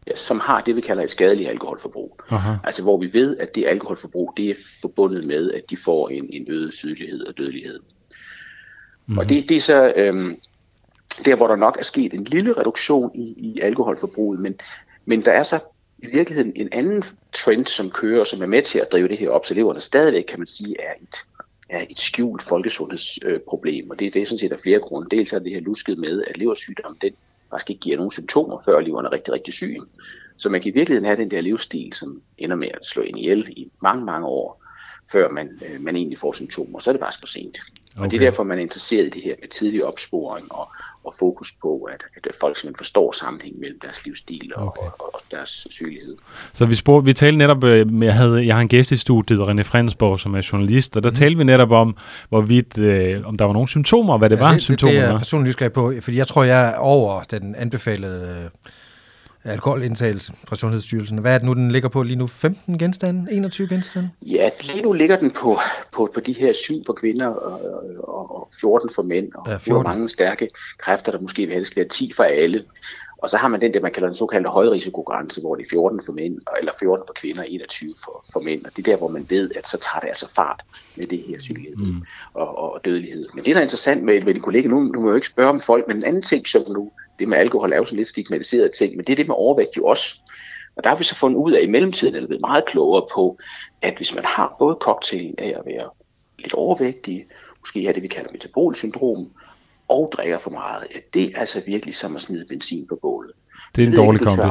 ja, som har det, vi kalder et skadeligt alkoholforbrug. Aha. Altså hvor vi ved, at det alkoholforbrug, det er forbundet med, at de får en, en øget sygelighed og dødelighed. Mm-hmm. Og det, det er så øhm, der, hvor der nok er sket en lille reduktion i, i alkoholforbruget, men, men der er så i virkeligheden en anden trend, som kører, som er med til at drive det her op, så eleverne stadigvæk, kan man sige, er et, er et skjult folkesundhedsproblem. Og det, det er sådan set af flere grunde. Dels er det her lusket med, at leversygdom, den faktisk ikke giver nogen symptomer, før eleverne er rigtig, rigtig syge. Så man kan i virkeligheden have den der livsstil, som ender med at slå ind ihjel i mange, mange år, før man, øh, man egentlig får symptomer. Så er det faktisk for sent. Okay. Og det er derfor, man er interesseret i det her med tidlig opsporing og, og fokus på, at, at folk simpelthen forstår sammenhæng mellem deres livsstil og, okay. og, og deres sygelighed.
Så vi, spurgte, vi talte netop med, jeg, havde, jeg har en gæst i studiet, René Fredensborg, som er journalist, og der mm. talte vi netop om, hvorvidt, øh, om der var nogle symptomer, hvad det ja, var det, symptomer.
Det er jeg personligt nysgerrig på, fordi jeg tror, jeg er over den anbefalede øh, alkoholindtagelse fra Sundhedsstyrelsen. Hvad er det nu, den ligger på lige nu? femten genstande? enogtyve genstande?
Ja, lige nu ligger den på, på, på de her syv for kvinder og, og, og fjorten for mænd. Og ja, der er mange stærke kræfter, der måske vil helst være ti for alle. Og så har man den, der man kalder den såkaldte højrisikogrænse, hvor det er fjorten for mænd, eller fjorten for kvinder og enogtyve for, for mænd. Og det er der, hvor man ved, at så tager det altså fart med det her sygelighed mm. og, og dødelighed. Men det, der er interessant med, med de kolleger, nu, nu må jeg jo ikke spørge om folk, men en anden ting, som nu, det med alkohol er jo sådan lidt stigmatiseret ting, men det er det med overvægt jo også. Og der har vi så fundet ud af i mellemtiden, eller blevet meget klogere på, at hvis man har både cocktailen af at være lidt overvægtig, måske har det, vi kalder metabolsyndrom, og drikker for meget, ja, det er altså virkelig som at smide benzin på bålet.
Det er en dårlig kombi.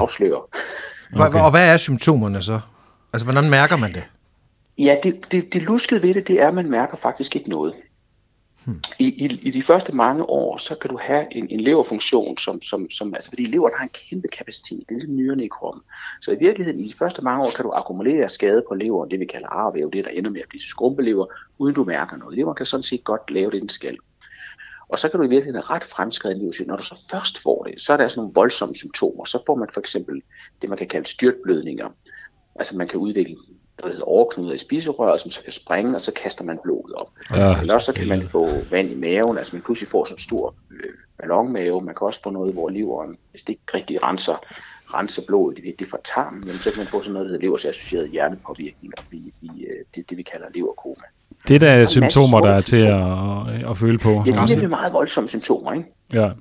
Okay. Og hvad er symptomerne så? Altså, hvordan mærker man det?
Ja, det, det, det luskede ved det, det er, at man mærker faktisk ikke noget. Hmm. I, i, I de første mange år, så kan du have en, en leverfunktion, som, som, som, altså fordi leveren har en kæmpe kapacitet, det er lidt nyrerne i kroppen. Så i virkeligheden, i de første mange år, kan du akkumulere skade på leveren, det vi kalder arvæv, det der ender med at blive til skrumpelever, uden du mærker noget. Leveren kan sådan set godt lave det, den skal. Og så kan du i virkeligheden have ret fremskreden leversygdom. Når du så først får det, så er der sådan nogle voldsomme symptomer. Så får man for eksempel det, man kan kalde styrtblødninger. Altså man kan udvikle noget, der hedder overknuder i spiserøret, som så kan springe, og så kaster man blodet op. Ja, eller så kan man få vand i maven, altså man pludselig får sådan en stor øh, ballonmave. Man kan også få noget, hvor leveren, hvis det ikke rigtig renser, renser blodet, det, det fra tarmen, jamen, så kan man få sådan noget, der hedder leversassocieret hjernepåvirkning, og vi, vi, det, det vi kalder leverkoma.
Det er der symptomer, der er til at, at, at føle på.
Ja, det er nemlig meget voldsomme symptomer, ikke?
Ja.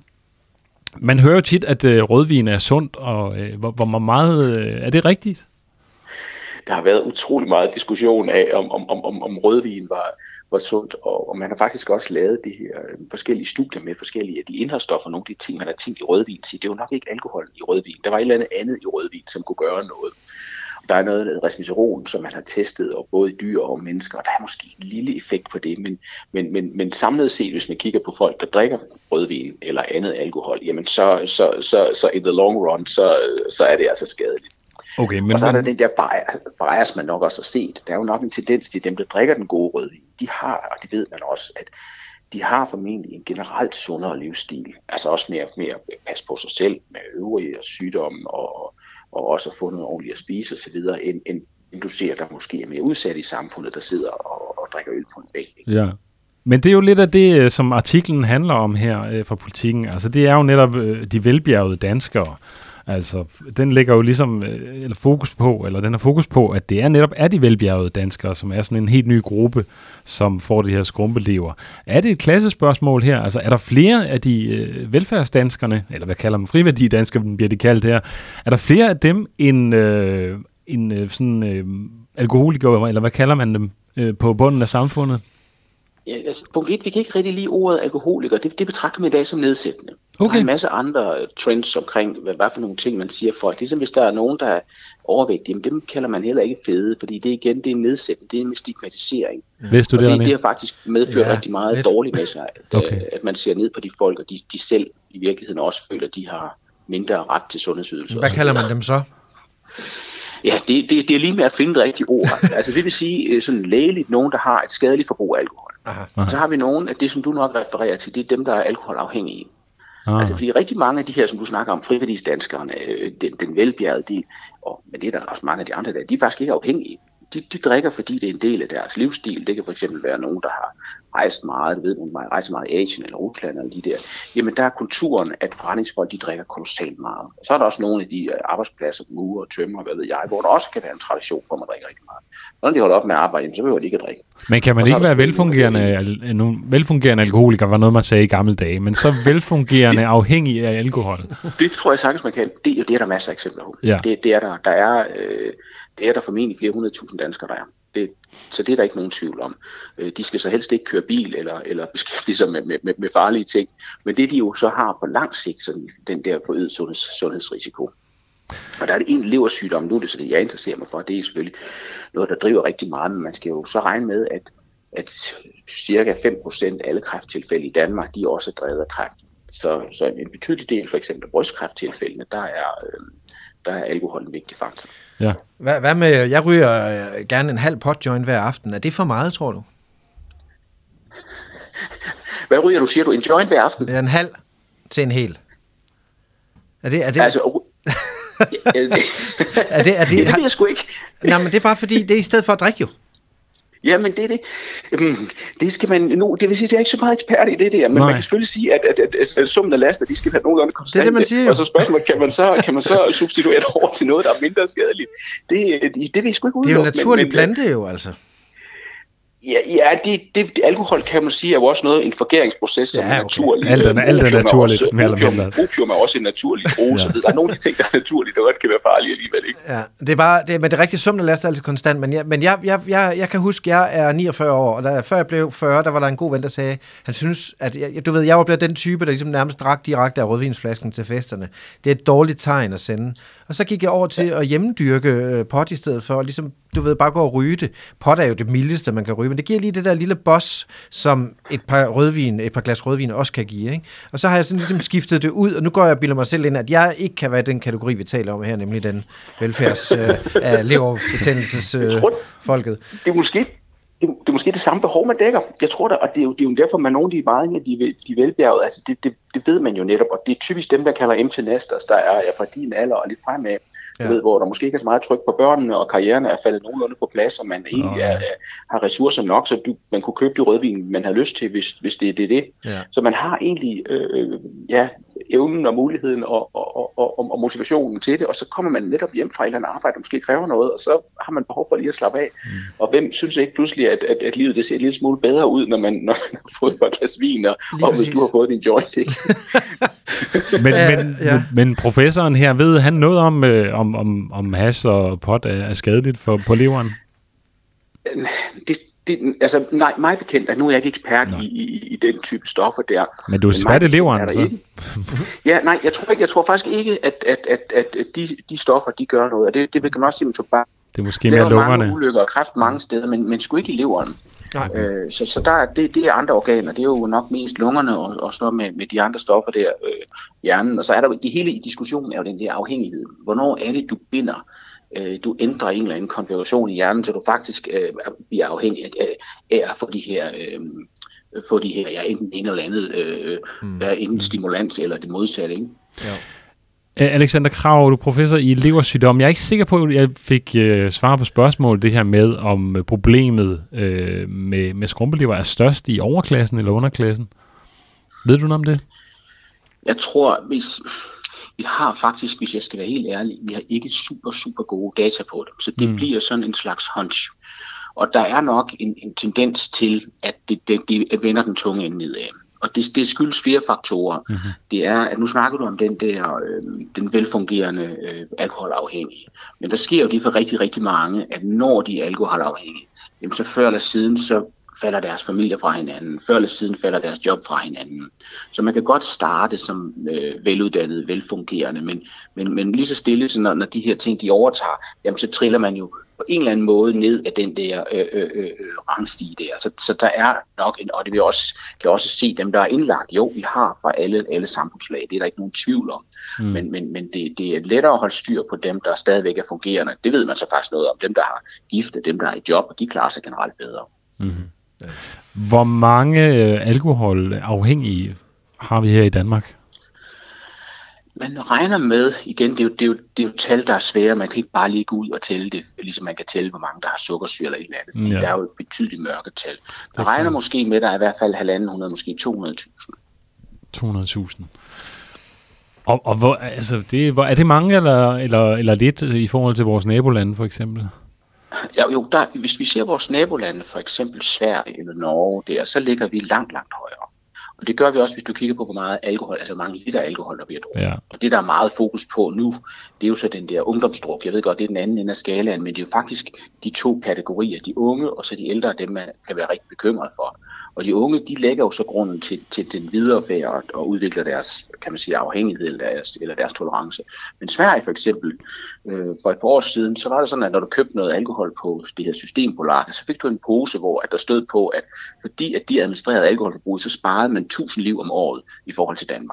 Man hører jo tit, at øh, rødvin er sundt, og øh, hvor, hvor meget øh, er det rigtigt?
Der har været utrolig meget diskussion af, om, om, om, om rødvin var, var sundt, og, og man har faktisk også lavet de her øh, forskellige studier med forskellige af de indholdsstoffer, nogle af de ting, man har tænkt i rødvin. Så det er jo nok ikke alkohol i rødvin. Der var et eller andet andet i rødvin, som kunne gøre noget. Der er noget resveratrol, som man har testet, og både i dyr og mennesker, og der er måske en lille effekt på det, men, men, men, men samlet set, hvis man kigger på folk, der drikker rødvin eller andet alkohol, jamen så, så, så, så in the long run, så, så er det altså skadeligt.
Okay, men,
og så er der
men...
den der bias, man nok også har set. Der er jo nok en tendens til dem, der drikker den gode rødvin. De har, og det ved man også, at de har formentlig en generelt sundere livsstil. Altså også mere, mere pas på sig selv med øvrige sygdomme og og også at få noget ordentligt at spise osv., end, end, end du ser, der måske er mere udsat i samfundet, der sidder og, og drikker øl på en bænk.
Ja, men det er jo lidt af det, som artiklen handler om her øh, fra Politikken. Altså det er jo netop øh, de velbjergede danskere. Altså den lægger jo ligesom øh, eller fokus på, eller den har fokus på, at det er netop er de velbjergede danskere, som er sådan en helt ny gruppe, som får de her skrumpelever. Er det et klassespørgsmål her? Altså er der flere af de øh, velfærdsdanskerne, eller hvad kalder man friværdidanskere, bliver de kaldt her, er der flere af dem end, øh, end øh, sådan øh, alkoholikere, eller hvad kalder man dem, øh, på bunden af samfundet?
Ja, altså, punkt et, vi kan ikke rigtig lide ordet alkoholiker. Det, det betragter man i dag som nedsættende. Okay. Der er en masse andre trends omkring, hvad, hvad for nogle ting, man siger folk. Ligesom hvis der er nogen, der er overvægtige, men dem kalder man heller ikke fede, fordi det igen, det er nedsættende, det er en stigmatisering.
Vidste du det,
det, det har faktisk medført ja, rigtig meget lidt dårligt med sig, at,
okay.
at man ser ned på de folk, og de, de selv i virkeligheden også føler, at de har mindre ret til sundhedsydelser.
Hvad kalder man dem så?
Ja, det, det, det er lige med at finde det rigtige ord. Altså det vil sige sådan lægeligt, nogen, der har et skadeligt forbrug af alkohol. Aha. Aha. Så har vi nogen af det, som du nok refererer til, det er dem, der er alkoholafhængige. Aha. Altså fordi rigtig mange af de her, som du snakker om, frivilligsdanskerne, den, den velbjergede del, og men det er der også mange af de andre der, de er faktisk ikke afhængige. De, de drikker, fordi det er en del af deres livsstil. Det kan for eksempel være nogen, der har rejst meget, det ved man, rejst meget i Asien eller Rusland eller de der, jamen der er kulturen, at forretningsfolk, de drikker kolossalt meget. Og så er der også nogle af de arbejdspladser, murer, tømmer, hvad ved jeg, hvor der også kan være en tradition for, at man drikker rigtig meget. Når de holder op med at arbejde, så behøver de ikke at drikke.
Men kan man ikke være velfungerende, nogle velfungerende alkoholiker, var noget, man sagde i gamle dage, men så velfungerende afhængig af alkohol? Det
tror jeg sagtens, man kan. Det, det er der masser af eksempler på.
Ja.
Det, det er der. Der er, øh, det er der formentlig flere hundrede tusind danskere, der er. Det, så det er der ikke nogen tvivl om. Øh, de skal så helst ikke køre bil eller, eller beskæftige sig med, med, med farlige ting. Men det de jo så har på lang sigt, sådan, den der forøgede sundheds, sundhedsrisiko. Og der er det en leversygdom, nu er det så det, jeg interesserer mig for. Det er selvfølgelig noget, der driver rigtig meget, men man skal jo så regne med, at, at cirka fem procent af alle kræfttilfælde i Danmark, de er også drevet af kræft. Så, så en betydelig del, for eksempel af brystkræfttilfældene, der er, øh, der er alkohol en vigtig faktor.
Ja. Hvad, hvad med, jeg ryger gerne en halv potjoint hver aften. Er det for meget, tror du?
Hvad ryger du? Siger du en joint hver aften?
Det er en halv til en hel. Er det... Er det...
Altså, ja, det, er det, er det, ja, det ved jeg sgu ikke.
Nej, men det er bare fordi, det er i stedet for at drikke jo.
Jamen, det er det. Det skal man nu, det vil sige, at jeg er ikke så meget ekspert i det der, men Nej. Man kan selvfølgelig sige, at, at, at, at, at summen af laster, de skal være nogenlunde konstante.
Det er det, man siger jo.
Og så spørgsmålet, kan man så, kan man så substituere over til noget, der er mindre skadeligt? Det, det, det vil jeg sgu ikke udelukke.
Det er jo en naturlig men, plante jo, altså.
Ja, ja det, det, det, alkohol kan man sige er jo også noget, en forgeringsproces, som ja, er naturlig.
Alt er, alt er naturligt.
Opium, er også, opium, opium er også en naturlig drog, så ja. Der er nogle af de ting, der er naturlige, der godt kan være farlige alligevel, ikke?
Ja, det er bare, det, men det er rigtig summen af last er altid konstant, men, jeg, men jeg, jeg, jeg, jeg kan huske, jeg er niogfyrre år, og da, før jeg blev fyrre, der var der en god ven, der sagde, han synes, at, jeg, du ved, jeg var blevet den type, der ligesom nærmest drak direkte af rødvinsflasken til festerne. Det er et dårligt tegn at sende. Og så gik jeg over til at hjemmedyrke pot i stedet for, og ligesom, du ved, bare gå og ryge det. Pot er jo det mildeste, man kan ryge, men det giver lige det der lille boss, som et par rødvin, et par glas rødvin også kan give, ikke? Og så har jeg sådan ligesom skiftet det ud, og nu går jeg og bilder mig selv ind, at jeg ikke kan være den kategori, vi taler om her, nemlig den velfærds øh, af leverbetændelses øh, folket.
Det er måske Det, det er måske det samme behov, man dækker. Jeg tror da, og det er jo, det er jo derfor, man nogle af de meget af de, de velbjergede, altså det, det, det ved man jo netop, og det er typisk dem, der kalder empty nesters, der er, er fra din alder og lidt fremad, ja. Ved, hvor der måske ikke er så meget tryk på børnene, og karrieren er faldet nogenlunde på plads, og man egentlig er, er, har ressourcer nok, så du, man kunne købe de rødvin, man har lyst til, hvis, hvis det er det. det. Ja. Så man har egentlig øh, ja, evnen og muligheden og, og, og, og, og motivationen til det, og så kommer man netop hjem fra et eller andet arbejde, der måske kræver noget, og så har man behov for lige at slappe af. Mm. Og hvem synes ikke pludselig, at, at, at livet det ser en lille smule bedre ud, når man, når man har fået et glas vin, og, og hvis du har fået din joint, ikke?
men, men, ja. men professoren her, ved han noget om, øh, om, om, om hash og pot er, er skadeligt for, på leveren?
Det, det, altså, nej, mig bekendt, at nu er jeg ikke ekspert i, i, i den type stoffer der.
Men du er ekspert i leveren, så?
Ja, nej, jeg tror ikke, jeg tror faktisk ikke, at, at, at, at de, de stoffer, de gør noget. Og det, det kan man også sige med tobak.
Det er måske mere lungerne.
mange ulykker og kræft mange steder, men, men sgu ikke i leveren. Øh, så så der, det, det er andre organer. Det er jo nok mest lungerne og, og så med, med de andre stoffer der, øh, hjernen. Og så er der jo, det hele i diskussionen er jo den der afhængighed. Hvornår er det, du binder? Øh, du ændrer en eller anden konfiguration i hjernen, så du faktisk øh, bliver afhængig af, af at få de her... Øh, få de her, ja, enten en eller andet, øh, mm. enten stimulans eller det modsatte, ikke? Ja.
Alexander Krag, du er professor i leversygdom. Jeg er ikke sikker på, at jeg fik øh, svar på spørgsmålet, det her med, om problemet øh, med, med skrumpelever er størst i overklassen eller underklassen. Ved du noget om det?
Jeg tror, hvis vi har faktisk, hvis jeg skal være helt ærlig, vi har ikke super, super gode data på det. Så det mm. bliver sådan en slags hunch. Og der er nok en, en tendens til, at det, det, det vender den tunge ende nedad. Og det, det skyldes flere faktorer. Mm-hmm. Det er, at nu snakker du om den der, øh, den velfungerende øh, alkoholafhængige. Men der sker jo det for rigtig, rigtig mange, at når de er alkoholafhængige, jamen så før eller siden, så falder deres familie fra hinanden. Før eller siden falder deres job fra hinanden. Så man kan godt starte som øh, veluddannet, velfungerende, men, men, men lige så stille, så når, når de her ting, de overtager, jamen så triller man jo på en eller anden måde ned af den der øh, øh, øh, rangstige der. Så, så der er nok, en, og det vil også, kan også se dem, der er indlagt. Jo, vi har fra alle, alle samfundslag, det er der ikke nogen tvivl om. Mm. Men, men, men det, det er lettere at holde styr på dem, der stadigvæk er fungerende. Det ved man så faktisk noget om. Dem, der har gifte, dem, der er i job, og de klarer sig generelt bedre.
Mm-hmm. Ja. Hvor mange øh, alkoholafhængige har vi her i Danmark?
Man regner med, igen, det er, jo, det, er jo, det er jo tal, der er svære. Man kan ikke bare lige gå ud og tælle det, ligesom man kan tælle, hvor mange der har sukkersyge eller et eller andet. Ja. Det er jo et betydeligt mørketal. Man regner klart. måske med, at der er i hvert fald halvanden hundrede, måske to hundrede tusind.
to hundrede tusind. Og, og hvor, altså, det, hvor, er det mange eller, eller, eller lidt i forhold til vores nabolande for eksempel?
Ja, jo, der, hvis vi ser vores nabolande, for eksempel Sverige eller Norge, der, så ligger vi langt, langt højere. Og det gør vi også, hvis du kigger på, hvor meget alkohol, altså hvor mange liter alkohol, der bliver drukket. Ja. Og det, der er meget fokus på nu, det er jo så den der ungdomsdruk. Jeg ved godt, det er den anden ende af skalaen, men det er jo faktisk de to kategorier, de unge og så de ældre, dem man kan være rigtig bekymret for. Og de unge, de lægger jo så grunden til, til den videre færd og udvikler deres, kan man sige, afhængighed eller deres, eller deres tolerance. Men Sverige for eksempel, øh, for et par år siden, så var det sådan, at når du købte noget alkohol på det her Systembolaget, så fik du en pose, hvor at der stod på, at fordi at de administrerede alkoholforbrug, så sparede man tusind liv om året i forhold til Danmark.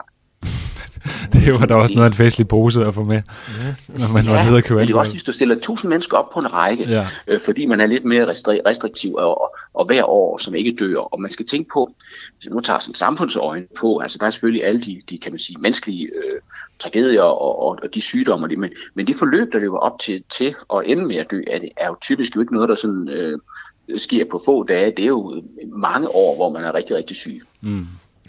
Det var da også noget af en festlig pose at få med, når man ja, var nede og købe.
Men det er også, hvis du stiller tusind mennesker op på en række, ja. øh, fordi man er lidt mere restri- restriktiv og, og, og hver år, som ikke dør. Og man skal tænke på, hvis nu tager sådan samfundsøjne på, altså der er selvfølgelig alle de, de kan man sige, menneskelige øh, tragedier og, og, og de sygdomme, men, men det forløb, der løber op til, til at ende med at dø, er, det, er jo typisk jo ikke noget, der sådan øh, sker på få dage. Det er jo mange år, hvor man er rigtig, rigtig syg.
Mm. Ja.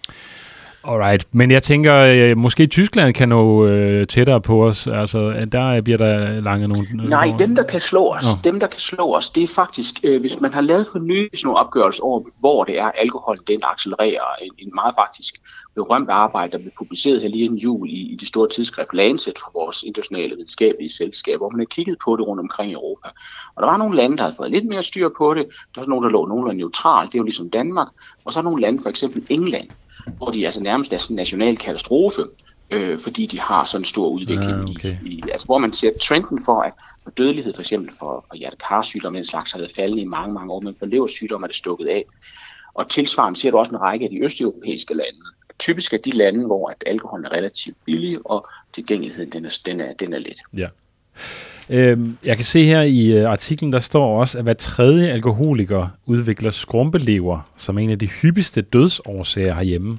Alright, men jeg tænker, øh, måske Tyskland kan nå øh, tættere på os, altså der bliver der lange nogle... Øh,
Nej, dem der kan slå os, oh. dem der kan slå os, det er faktisk, øh, hvis man har lavet for nylig sådan nogle opgørelser over, hvor det er, alkohol den accelererer, en, en meget faktisk berømt arbejde, der blev publiceret her lige inden jul i, i de store tidsskrift Lancet fra vores internationale videnskabelige selskab, hvor man har kigget på det rundt omkring i Europa. Og der var nogle lande, der havde fået lidt mere styr på det, der var nogle, der lå nogenlunde neutralt, det er jo ligesom Danmark, og så nogle lande, for eksempel England, hvor de altså nærmest er sådan en national katastrofe, øh, fordi de har sådan en stor udvikling. Ja, okay. i, i, altså hvor man ser trenden for, at for dødelighed for eksempel for, for hjerte-karsygdom, den slags har været faldende i mange, mange år, men for leversygdom er det stukket af. Og tilsvarende ser du også en række af de østeuropæiske lande. Typisk er de lande, hvor at alkoholen er relativt billig, og tilgængeligheden den er, den er, den er let.
Ja. Øhm, jeg kan se her i uh, artiklen, der står også, at hver tredje alkoholiker udvikler skrumpelever, som en af de hyppigste dødsårsager herhjemme.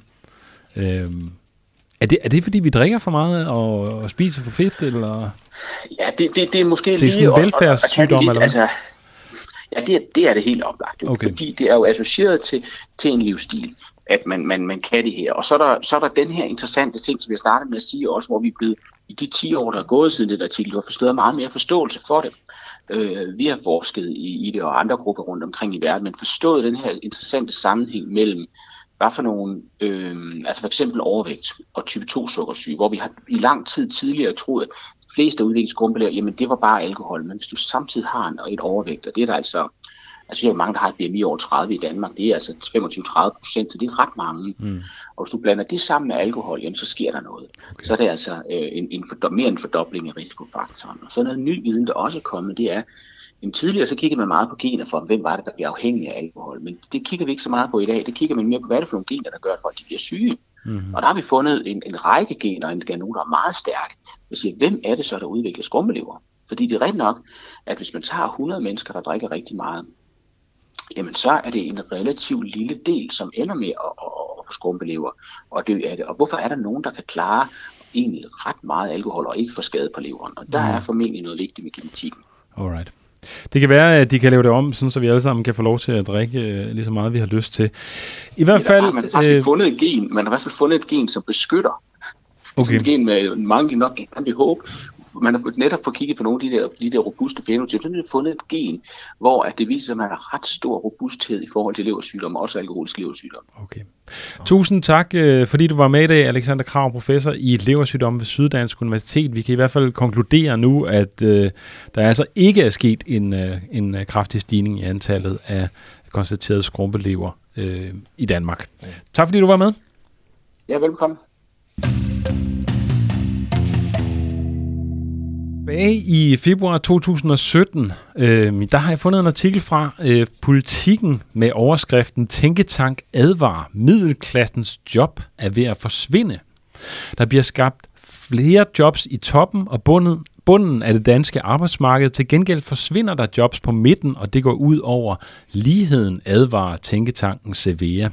Øhm, er, det, er det, fordi vi drikker for meget og, og spiser for fedt, eller?
Ja, det, det, det er måske
det er sådan en velfærdssygdom, eller hvad?
Altså, ja, det, det er det helt oplagt, okay. Fordi det er jo associeret til, til en livsstil, at man, man, man kan det her. Og så er, der, så er der den her interessante ting, som jeg startede med at sige også, hvor vi er blevet i de ti år, der er gået siden det artikel, har forstået meget mere forståelse for det. Øh, vi har forsket i, i det, og andre grupper rundt omkring i verden, men forstået den her interessante sammenhæng mellem, hvad for nogle, øh, altså for eksempel overvægt og type to sukkersyge, hvor vi har i lang tid tidligere troet, at de fleste udviklingsgrupper, jamen det var bare alkohol, men hvis du samtidig har en, et overvægt, og det er der altså, altså vi har mange, der har et B M I over tredive i Danmark, det er altså femogtyve til tredive procent, så det er ret mange. Mm. Og hvis du blander det sammen med alkohol, jamen, så sker der noget. Okay. Så er det altså øh, en, en fordom, mere en fordobling af risikofaktoren. Og så noget ny viden, der også er kommet, det er, jamen, tidligere så kiggede man meget på gener for, hvem var det, der bliver afhængig af alkohol. Men det kigger vi ikke så meget på i dag. Det kigger man mere på, hvad er det for nogle gener, der gør, at folk de bliver syge. Mm-hmm. Og der har vi fundet en, en række gener, en genom, der er meget stærk. Jeg siger, hvem er det så, der udvikler skrumpelever? Fordi det er rigtigt nok, at hvis man tager hundrede mennesker, der drikker rigtig meget, jamen så er det en relativt lille del, som ender med at, at, at få skrumpelever og dø af det. Og hvorfor er der nogen, der kan klare egentlig ret meget alkohol og ikke få skade på leveren? Og der mm. er formentlig noget vigtigt med genetikken.
Alright. Det kan være, at de kan lave det om, sådan, så vi alle sammen kan få lov til at drikke øh, lige så meget, vi har lyst til. I hvert fald...
Ja, man har faktisk øh... fundet et gen, man har i hvert fald fundet et gen, som beskytter. Okay. Et gen med mange nok kan vi håbe. Man har netop fået kigget på nogle af de der, de der robuste fænotyper, så har man fundet et gen, hvor at det viser sig, at man har ret stor robusthed i forhold til leversygdomme, også alkoholisk leversygdom.
Okay. Tusind tak, fordi du var med i dag, Alexander Krag, professor i leversygdomme ved Syddansk Universitet. Vi kan i hvert fald konkludere nu, at øh, der altså ikke er sket en, øh, en kraftig stigning i antallet af konstaterede skrumpelever øh, i Danmark. Ja. Tak fordi du var med.
Ja, velkommen.
Tilbage i februar to tusind og sytten, øh, der har jeg fundet en artikel fra øh, Politikken med overskriften Tænketank advarer, middelklassens job er ved at forsvinde. Der bliver skabt flere jobs i toppen og bundet, bunden af det danske arbejdsmarked. Til gengæld forsvinder der jobs på midten, og det går ud over ligheden, advarer tænketanken Cevea.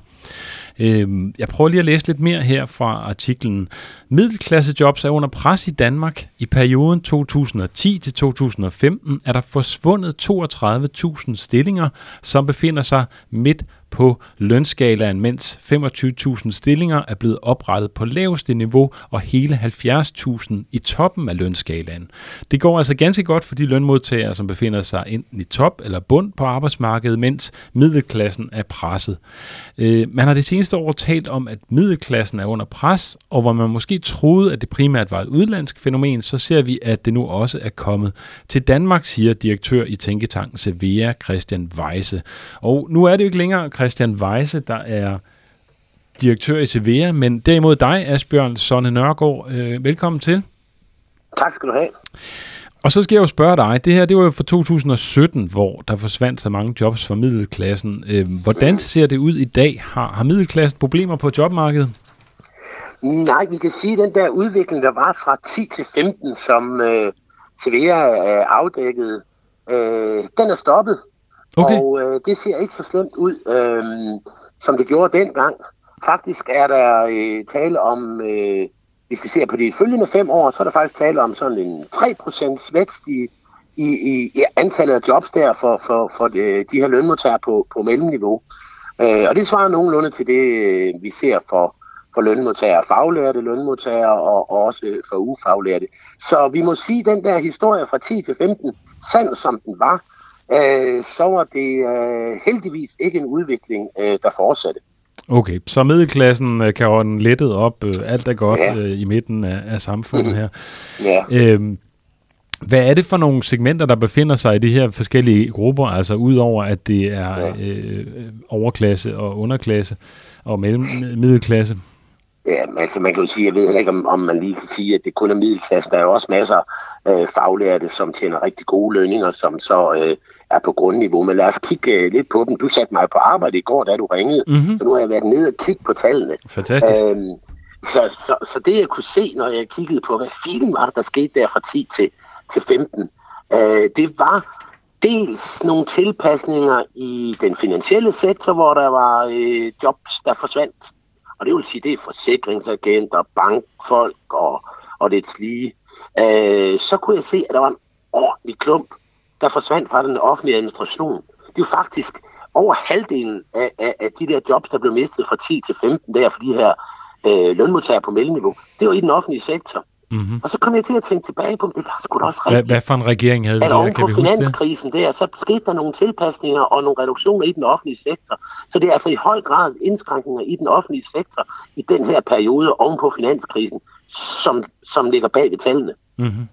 Jeg prøver lige at læse lidt mere her fra artiklen. Middelklassejobs er under pres i Danmark. I perioden to tusind og ti til to tusind og femten er der forsvundet toogtredive tusind stillinger, som befinder sig midt på lønskalaen, mens femogtyve tusind stillinger er blevet oprettet på laveste niveau og hele halvfjerds tusind i toppen af lønskalaen. Det går altså ganske godt for de lønmodtagere, som befinder sig enten i top eller bund på arbejdsmarkedet, mens middelklassen er presset. Øh, man har det seneste år talt om, at middelklassen er under pres, og hvor man måske troede, at det primært var et udlandsk fænomen, så ser vi, at det nu også er kommet til Danmark, siger direktør i tænketanken Cevea, Christian Weise. Og nu er det jo ikke længere Christian Weise, der er direktør i Cevea, men derimod dig, Asbjørn Sonne Nørgaard. Øh, velkommen til.
Tak skal du have.
Og så skal jeg jo spørge dig, det her det var jo for to tusind og sytten, hvor der forsvandt så mange jobs fra middelklassen. Øh, hvordan ser det ud i dag? Har, har middelklassen problemer på jobmarkedet?
Nej, vi kan sige, at den der udvikling, der var fra ti til femten, som øh, Cevea øh, afdækkede, øh, den er stoppet. Okay. Og øh, det ser ikke så slemt ud, øh, som det gjorde dengang. Faktisk er der øh, tale om, øh, hvis vi ser på de følgende fem år, så er der faktisk tale om sådan en tre procent vækst i, i, i antallet af jobs der for, for, for de, de her lønmodtagere på, på mellemniveau. Øh, og det svarer nogenlunde til det, vi ser for, for lønmodtagere, faglærte lønmodtagere og, og også for ufaglærte. Så vi må sige, at den der historie fra ti til femten, sand som den var, øh, så var det øh, heldigvis ikke en udvikling, øh, der fortsatte.
Okay, så middelklassen kan ånde lettet op, øh, alt er godt ja. øh, i midten af, af samfundet her.
Ja.
Øhm, hvad er det for nogle segmenter, der befinder sig i de her forskellige grupper, altså udover at det er ja. øh, overklasse og underklasse og mellem, middelklasse?
Ja, altså man kan jo sige, jeg ved heller ikke, om, om man lige kan sige, at det kun er middelklassen. Der er jo også masser af øh, faglærte, som tjener rigtig gode lønninger, som så øh, er på grundniveau. Men lad os kigge øh, lidt på dem. Du satte mig på arbejde i går, da du ringede, mm-hmm. så nu har jeg været nede og kigge på tallene.
Fantastisk.
Øhm, så, så, så det jeg kunne se, når jeg kiggede på, hvad filen var der, der skete der fra ti til, til femten, øh, det var dels nogle tilpasninger i den finansielle sektor, hvor der var øh, jobs, der forsvandt. Og det vil sige, det er forsikringsagenter, bankfolk og, og det lige. Øh, så kunne jeg se, at der var en ordentlig klump, der forsvandt fra den offentlige administration. Det er jo faktisk over halvdelen af, af, af de der jobs, der blev mistet fra ti til femten, der for de her øh, lønmodtagere på mellemniveau. Det var i den offentlige sektor. Mm-hmm. Og så kom jeg til at tænke tilbage på, det var sgu da også rigtigt.
Hvad, hvad for en regering havde vi
der? Kan vi huske det? Finanskrisen der, så skete der nogle tilpasninger og nogle reduktioner i den offentlige sektor. Så det er altså i høj grad indskrænkninger i den offentlige sektor i den her periode oven på finanskrisen, som, som ligger bag ved tallene.
Mm-hmm.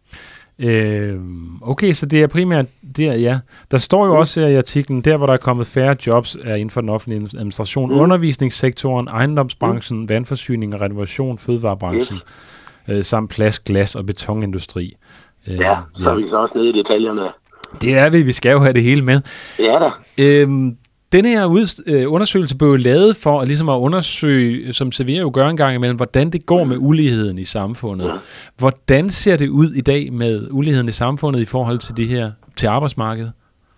Øh, okay, så det er primært der, ja. Der står jo mm. også her i artiklen, der hvor der er kommet færre jobs er inden for den offentlige administration, mm. undervisningssektoren, ejendomsbranchen, mm. vandforsyning og renovation, fødevarebranchen. Yes. Øh, samt plads, glas og betonindustri.
Øh, ja, så ja. er vi så også nede i detaljerne.
Det er vi, vi skal jo have det hele med.
Ja da.
Øhm, denne her ud, øh, undersøgelse blev lavet for at, ligesom at undersøge, som Cevea jo gør en gang imellem, hvordan det går med uligheden i samfundet. Ja. Hvordan ser det ud i dag med uligheden i samfundet i forhold til det her, til arbejdsmarkedet?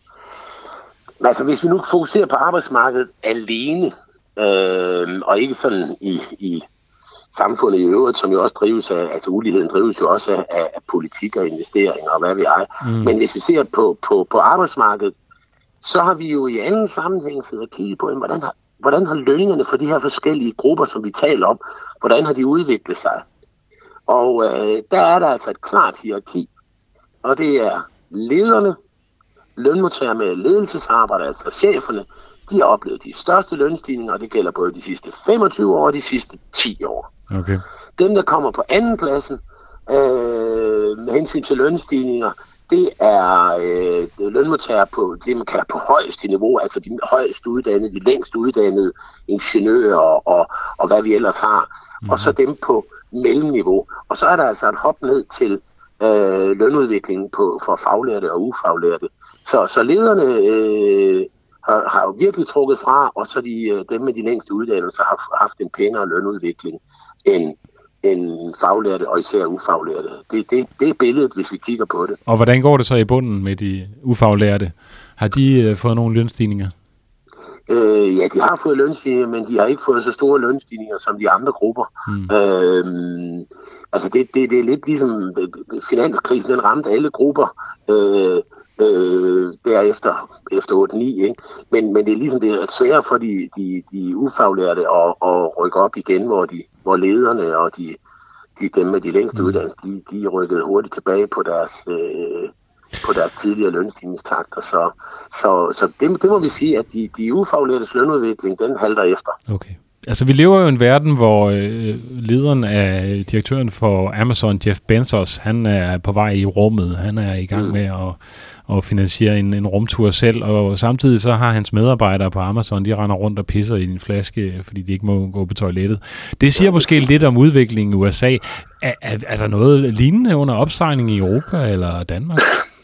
Altså hvis vi nu fokuserer på arbejdsmarkedet alene, øh, og ikke sådan i... i samfundet i øvrigt, som jo også drives af, altså uligheden drives jo også af, af politik og investeringer og hvad vi er. Mm. Men hvis vi ser på, på, på arbejdsmarkedet, så har vi jo i anden sammenhæng siddet og kigget på, hvordan har, hvordan har lønningerne for de her forskellige grupper, som vi taler om, hvordan har de udviklet sig? Og øh, der er der altså et klart hierarki, og det er lederne, lønmodtagere med ledelsesarbejde, altså cheferne, de har oplevet de største lønstigninger, og det gælder både de sidste femogtyve år og de sidste ti år.
Okay.
Dem, der kommer på andenpladsen øh, med hensyn til lønstigninger, det er øh, lønmodtagere på det, man kalder på højeste niveau, altså de højst uddannede, de længst uddannede ingeniører og, og, og hvad vi ellers har, mm. og så dem på mellemniveau. Og så er der altså et hop ned til øh, lønudviklingen på, for faglærte og ufaglærte. Så, så lederne øh, har, har jo virkelig trukket fra, og så de, dem med de længste uddannelser har haft en pænere lønudvikling end end faglærte og især ufaglærte. Det, det, det er billedet, hvis vi kigger på det.
Og hvordan går det så i bunden med de ufaglærte? Har de øh, fået nogle lønstigninger?
Øh, ja, de har fået lønstigninger, men de har ikke fået så store lønstigninger som de andre grupper. Mm. Øh, altså det, det, det er lidt ligesom finanskrisen, den ramte alle grupper øh, øh, derefter efter otte ni, ikke? Men, men det er ligesom det er svært for de, de, de ufaglærte at, at rykke op igen, hvor, de, hvor lederne og de, de dem med de længste mm. uddannelser, de, de rykkede hurtigt tilbage på deres... Øh, på deres tidligere lønstigningstakter. Så, så, så det, det må vi sige, at de, de ufaglærtes lønudvikling, den halter efter.
Okay. Altså, vi lever jo i en verden, hvor øh, lederen af direktøren for Amazon, Jeff Bezos, han er på vej i rummet. Han er i gang mm. med at, at finansiere en, en rumtur selv, og samtidig så har hans medarbejdere på Amazon, de render rundt og pisser i en flaske, fordi de ikke må gå på toilettet. Det siger ja, måske det lidt om udviklingen i U S A. Er, er, er der noget lignende under opsejling i Europa eller Danmark?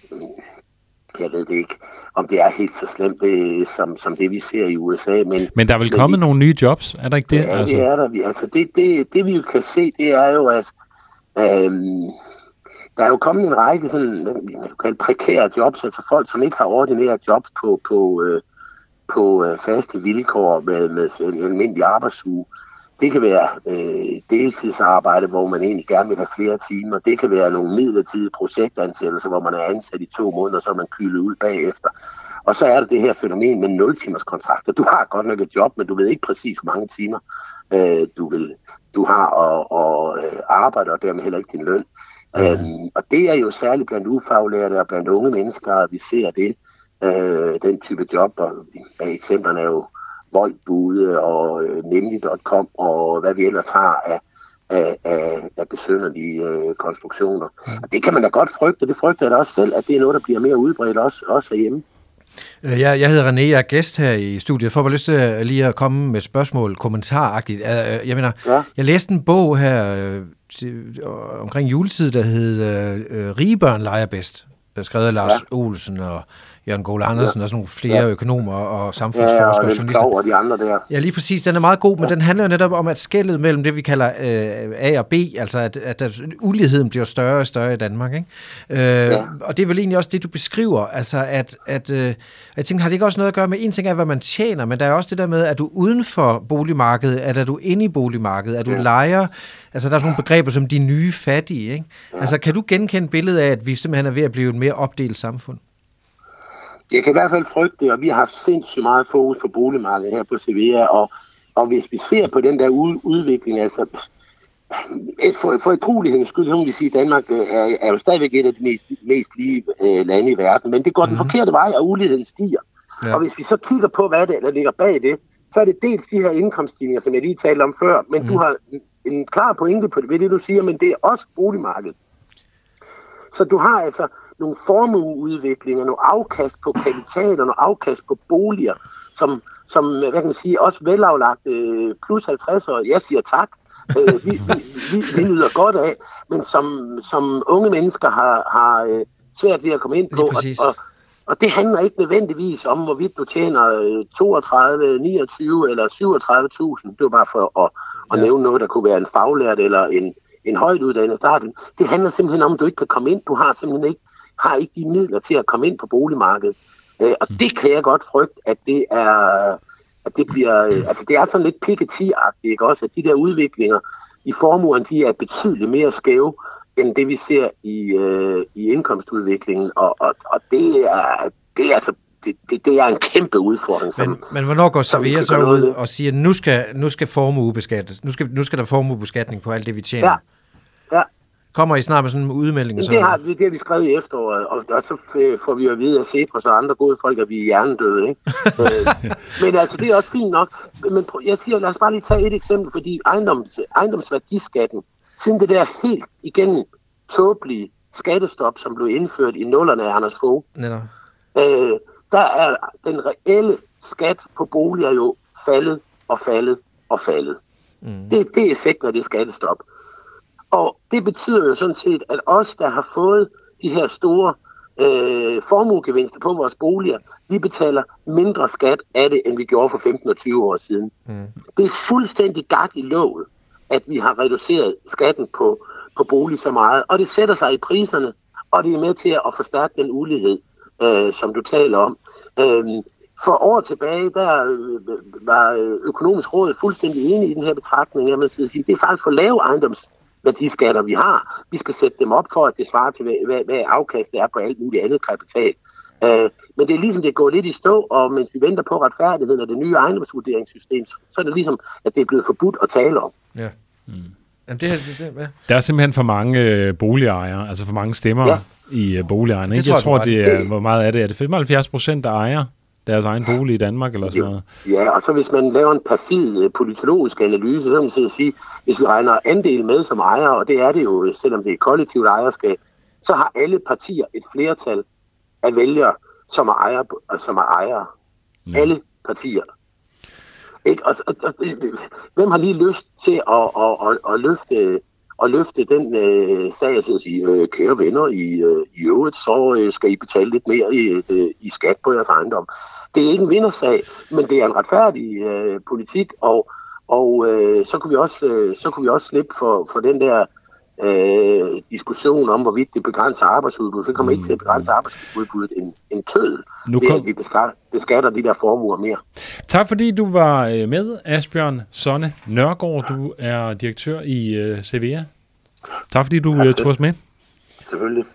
Jeg ved det ikke, om det er helt så slemt, det, som, som det, vi ser i U S A. Men,
men der er vel
men
kommet
vi,
nogle nye jobs, er der ikke det?
Ja,
altså?
det er der. Altså, det, det, det, vi jo kan se, det er jo, at øhm, der er jo kommet en række sådan, man kan kalde prekære jobs, altså folk, som ikke har ordinære jobs på, på, øh, på øh, faste vilkår med, med en almindelig arbejdsuge. Det kan være øh, deltidsarbejde, hvor man egentlig gerne vil have flere timer. Det kan være nogle midlertidige projektansættelser, hvor man er ansat i to måneder, så er man kylet ud bagefter. Og så er der det her fænomen med nul-timers kontrakter. Du har godt nok et job, men du ved ikke præcis, hvor mange timer øh, du, vil, du har at, at arbejde, og dermed heller ikke din løn. Mm. Øhm, og det er jo særligt blandt ufaglærte og blandt unge mennesker, at vi ser det. Øh, den type job, og eksemplerne er jo Voldbude og øh, nemlig punktum com og hvad vi ellers har af, af, af, af besynderlige øh, konstruktioner. Og det kan man da godt frygte, det frygter jeg da også selv, at det er noget, der bliver mere udbredt også, også herhjemme.
Jeg, jeg hedder René, jeg er gæst her i studiet. Jeg får bare lyst til lige at komme med et spørgsmål, kommentaragtigt. Jeg mener, ja. jeg læste en bog her øh, til, øh, omkring juletid, der hed øh, Rige børn leger bedst, skrevet af Lars ja. Olsen og Jørgen Goul Andersen ja. og sådan nogle flere ja. økonomer og samfundsforskere
ja, og
og journalister.
Og de andre der.
Ja, lige præcis. Den er meget god, men ja. den handler jo netop om, at skellet mellem det, vi kalder øh, A og B, altså at, at, at uligheden bliver større og større i Danmark, ikke? Øh, ja. Og det er vel egentlig også det, du beskriver, altså at, at øh, jeg tænker, har det ikke også noget at gøre med, en ting er, hvad man tjener, men der er også det der med, at du uden for boligmarkedet, at er du inde i boligmarkedet, at du ja. lejer, altså der er sådan nogle begreber som de nye fattige, ikke? Ja. Altså kan du genkende billedet af, at vi simpelthen er ved at blive et mere opdelt samfund?
Jeg kan i hvert fald frygte, og vi har haft sindssygt meget fokus på boligmarkedet her på Sevilla, og, og hvis vi ser på den der udvikling, altså for, for utrolighedens skyld, så må vi sige, at Danmark er, er jo stadigvæk et af de mest, mest lige øh, lande i verden, men det går den forkerte vej, og uligheden stiger. Ja. Og hvis vi så kigger på, hvad det, der ligger bag det, så er det dels de her indkomststigninger, som jeg lige talte om før, men mm. du har en, en klar pointe på det, ved det, du siger, men det er også boligmarkedet. Så du har altså nogle formueudviklinger, nogle afkast på kapitaler, nogle afkast på boliger, som, som hvad kan man sige, også velaflagt øh, plus halvtreds år. Jeg siger tak, øh, vi, vi, vi, vi nyder godt af, men som, som unge mennesker har, har øh, svært ved at komme ind på. Og, og, og det handler ikke nødvendigvis om, hvorvidt du tjener øh, toogtredive, niogtyve eller syvogtredive tusind. Det var bare for at, at ja. nævne noget, der kunne være en faglært eller en en højt uddannet starten. Det handler simpelthen om, at du ikke kan komme ind. Du har simpelthen ikke, har ikke de midler til at komme ind på boligmarkedet. Øh, og det kan jeg godt frygte, at det er, at det bliver, øh, altså det er sådan lidt Piketty-agtigt, ikke også? At de der udviklinger i formuen, de er betydeligt mere skæve, end det vi ser i, øh, i indkomstudviklingen. Og, og, og det er, det er altså Det, det, det er en kæmpe udfordring. Som,
men, men hvornår går Sevilla så ud og siger, at nu skal, nu skal formue beskattes? Nu skal, nu skal der formuebeskatning på alt det, vi tjener?
Ja. ja.
Kommer I snart med sådan en udmelding?
Det har, det har vi skrevet i efteråret, og, og så får vi jo at vide at Cepos og andre gode folk, at vi er hjernedøde. Ikke? Men altså, det er også fint nok. Men jeg siger, lad os bare lige tage et eksempel, fordi ejendoms, ejendomsværdiskatten, siden det der helt igen tåbelige skattestop, som blev indført i nullerne af Anders Fogh, øh, der er den reelle skat på boliger jo faldet og faldet og faldet. Mm. Det, det er effekten af det skattestop. Og det betyder jo sådan set, at os, der har fået de her store øh, formuegevinster på vores boliger, vi betaler mindre skat af det, end vi gjorde for femten og tyve år siden. Mm. Det er fuldstændig gak i låget. at vi har reduceret skatten på, på bolig så meget. Og det sætter sig i priserne, og det er med til at forstærke den ulighed, øh, som du taler om. Øh, For år tilbage, der øh, var økonomisk råd fuldstændig enige i den her betragtning. Jeg vil sige, det er faktisk for lave ejendomsværdiskatter, vi har. Vi skal sætte dem op for, at det svarer til, hvad, hvad afkastet er på alt muligt andet kapital. Øh, men det er ligesom, det er gået lidt i stå, og mens vi venter på retfærdigheden og det nye ejendomsvurderingssystem, så er det ligesom, at det er blevet forbudt at tale om.
Ja. Mm. Jamen, det, det, det, ja.
Der er simpelthen for mange øh, boligejere, altså for mange stemmer ja. i øh, boligejerne. Ikke? Jeg tror, jeg, det er, det, hvor meget er det? Er det femoghalvfjerds procent, der ejer deres egen bolig i Danmark, eller sådan noget?
Ja, og så hvis man laver en perfid politologisk analyse, så kan man så sige, hvis vi regner andel med som ejer, og det er det jo, selvom det er kollektivt ejerskab, så har alle partier et flertal af vælgere, som er ejere. Som er ejere. Ja. Alle partier. Ikke? Og, og, og, hvem har lige lyst til at, at, at, at løfte... og løfte den øh, sag og sige, øh, kære venner, i, øh, i øvrigt, så øh, skal I betale lidt mere i, øh, i skat på jeres ejendom. Det er ikke en vindersag, men det er en retfærdig øh, politik, og, og øh, så, kunne vi også, øh, så kunne vi også slippe for, for den der øh, diskussion om, hvorvidt det begrænser arbejdsudbuddet. Det kommer ikke til at begrænse arbejdsudbuddet en, en tødel,
nu
ved
kom...
at vi beskatter, beskatter de der formuer mere.
Tak fordi du var med, Asbjørn Sonne Nørgaard. Du er direktør i uh, Cevea. Tak fordi du tog os med.
Selvfølgelig.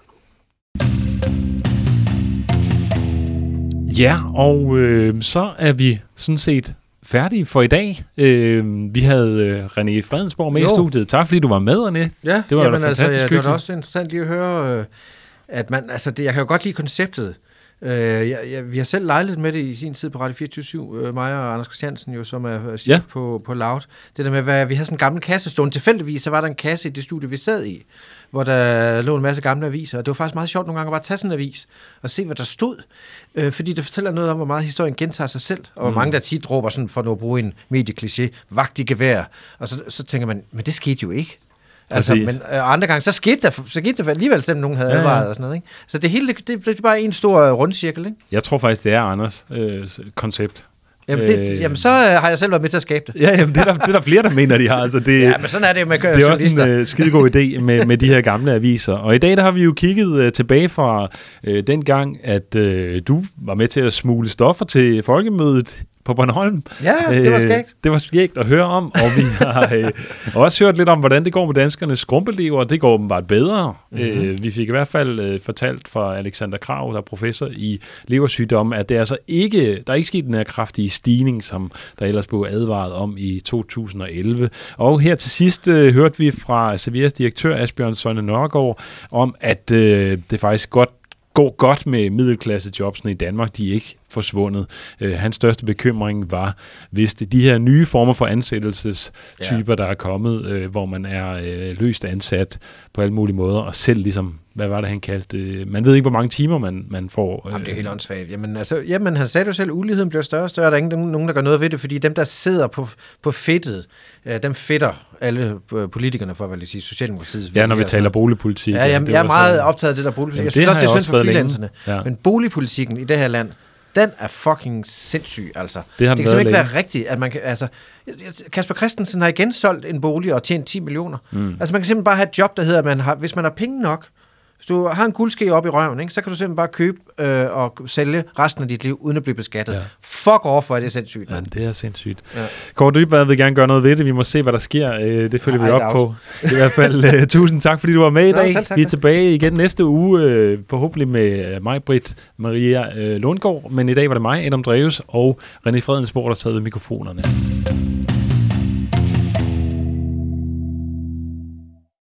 Ja, og øh, så er vi sådan set færdige for i dag. Øh, vi havde øh, René Fredensborg med jo. i studiet. Tak fordi du var med, René.
Ja,
det var
jamen,
da fantastisk
altså, ja, det var da
hyggeligt.
også interessant lige at høre, øh, at man, altså det, jeg kan jo godt lide konceptet. Øh, jeg, jeg, vi har selv lejlighed med det i sin tid på Radio fireogtyve syv, øh, mig og Anders Christiansen jo, som er chef ja. på, på Loud. Det der med, hvad, vi havde sådan en gammel kasse stående. Tilfældigvis, så var der en kasse i det studie, vi sad i, hvor der lå en masse gamle aviser, og det var faktisk meget sjovt nogle gange at bare tage sådan en avis og se, hvad der stod, øh, fordi det fortæller noget om, hvor meget historien gentager sig selv, og hvor mm. mange der tit råber sådan, for nu at bruge en mediekliché, vagt i gevær, og så, så tænker man, men det skete jo ikke. Altså, men øh, andre gange, så skete der, så skete der alligevel, selvom nogen havde ja, advaret og sådan noget, ikke? Så det hele, det, det, det er bare en stor uh, rundcirkel, ikke?
Jeg tror faktisk, det er Anders øh, koncept.
Jamen, det, øh, jamen, så øh, har jeg selv været med til at skabe det.
Ja, jamen, det, er der, det er der flere, der mener, de har. Altså, det,
ja, men sådan er det jo med
det er også en øh, skidegod idé med, med de her gamle aviser. Og i dag, der har vi jo kigget øh, tilbage fra øh, den gang, at øh, du var med til at smule stoffer til folkemødet på Bornholm.
Ja, det var skægt. Øh,
det var skægt at høre om, og vi har øh, også hørt lidt om, hvordan det går med danskernes skrumpelever, og det går åbenbart bedre. Mm-hmm. Øh, vi fik i hvert fald øh, fortalt fra Alexander Krag, der er professor i leversygdomme, at det er altså ikke, der er ikke sket den her kraftige stigning, som der ellers blev advaret om i to tusind og elleve. Og her til sidst øh, hørte vi fra Ceveas direktør Asbjørn Sonne Nørgaard om, at øh, det faktisk godt går godt med middelklassejobsene i Danmark, de er ikke forsvundet. Øh, hans største bekymring var, hvis det, de her nye former for ansættelsestyper, ja. der er kommet, øh, hvor man er øh, løst ansat på alle mulige måder, og selv ligesom, hvad var det, han kaldte det? Man ved ikke, hvor mange timer man, man får. Øh.
Jamen, det er helt åndssvagt. Jamen, altså, jamen, han sagde jo selv, at uligheden bliver større og større, og der er ingen nogen, der gør noget ved det, fordi dem, der sidder på, på fedtet, øh, dem fedter alle politikerne, for at sige, Socialdemokratiets.
Ja, når vi taler boligpolitik.
Ja, jamen, jeg er meget så... optaget af det der boligpolitik. Jeg synes også, det er synd for freelancerne. Ja. Men boligpolitikken i det her land, den er fucking sindssyg, altså. Det, det kan simpelthen ikke være rigtigt, at man kan, altså, Kasper Christensen har igen solgt en bolig og tjent ti millioner. Mm. Altså, man kan simpelthen bare have et job, der hedder, at man har, hvis man har penge nok, hvis du har en guldske op i røven, ikke, så kan du simpelthen bare købe øh, og sælge resten af dit liv, uden at blive beskattet. Ja. Fuck off, hvor er det sindssygt.
Ja, det er sindssygt. Ja. Kåre Dybvad vil gerne gøre noget ved det. Vi må se, hvad der sker. Øh, det følger Ej, vi op på. I hvert fald, uh, tusind tak, fordi du var med i dag. Nå, vi er tilbage igen næste uge, øh, forhåbentlig med mig, Britt Maria øh, Lundgaard. Men i dag var det mig, Adam Dreves, og René Fredensborg, der sad ved mikrofonerne.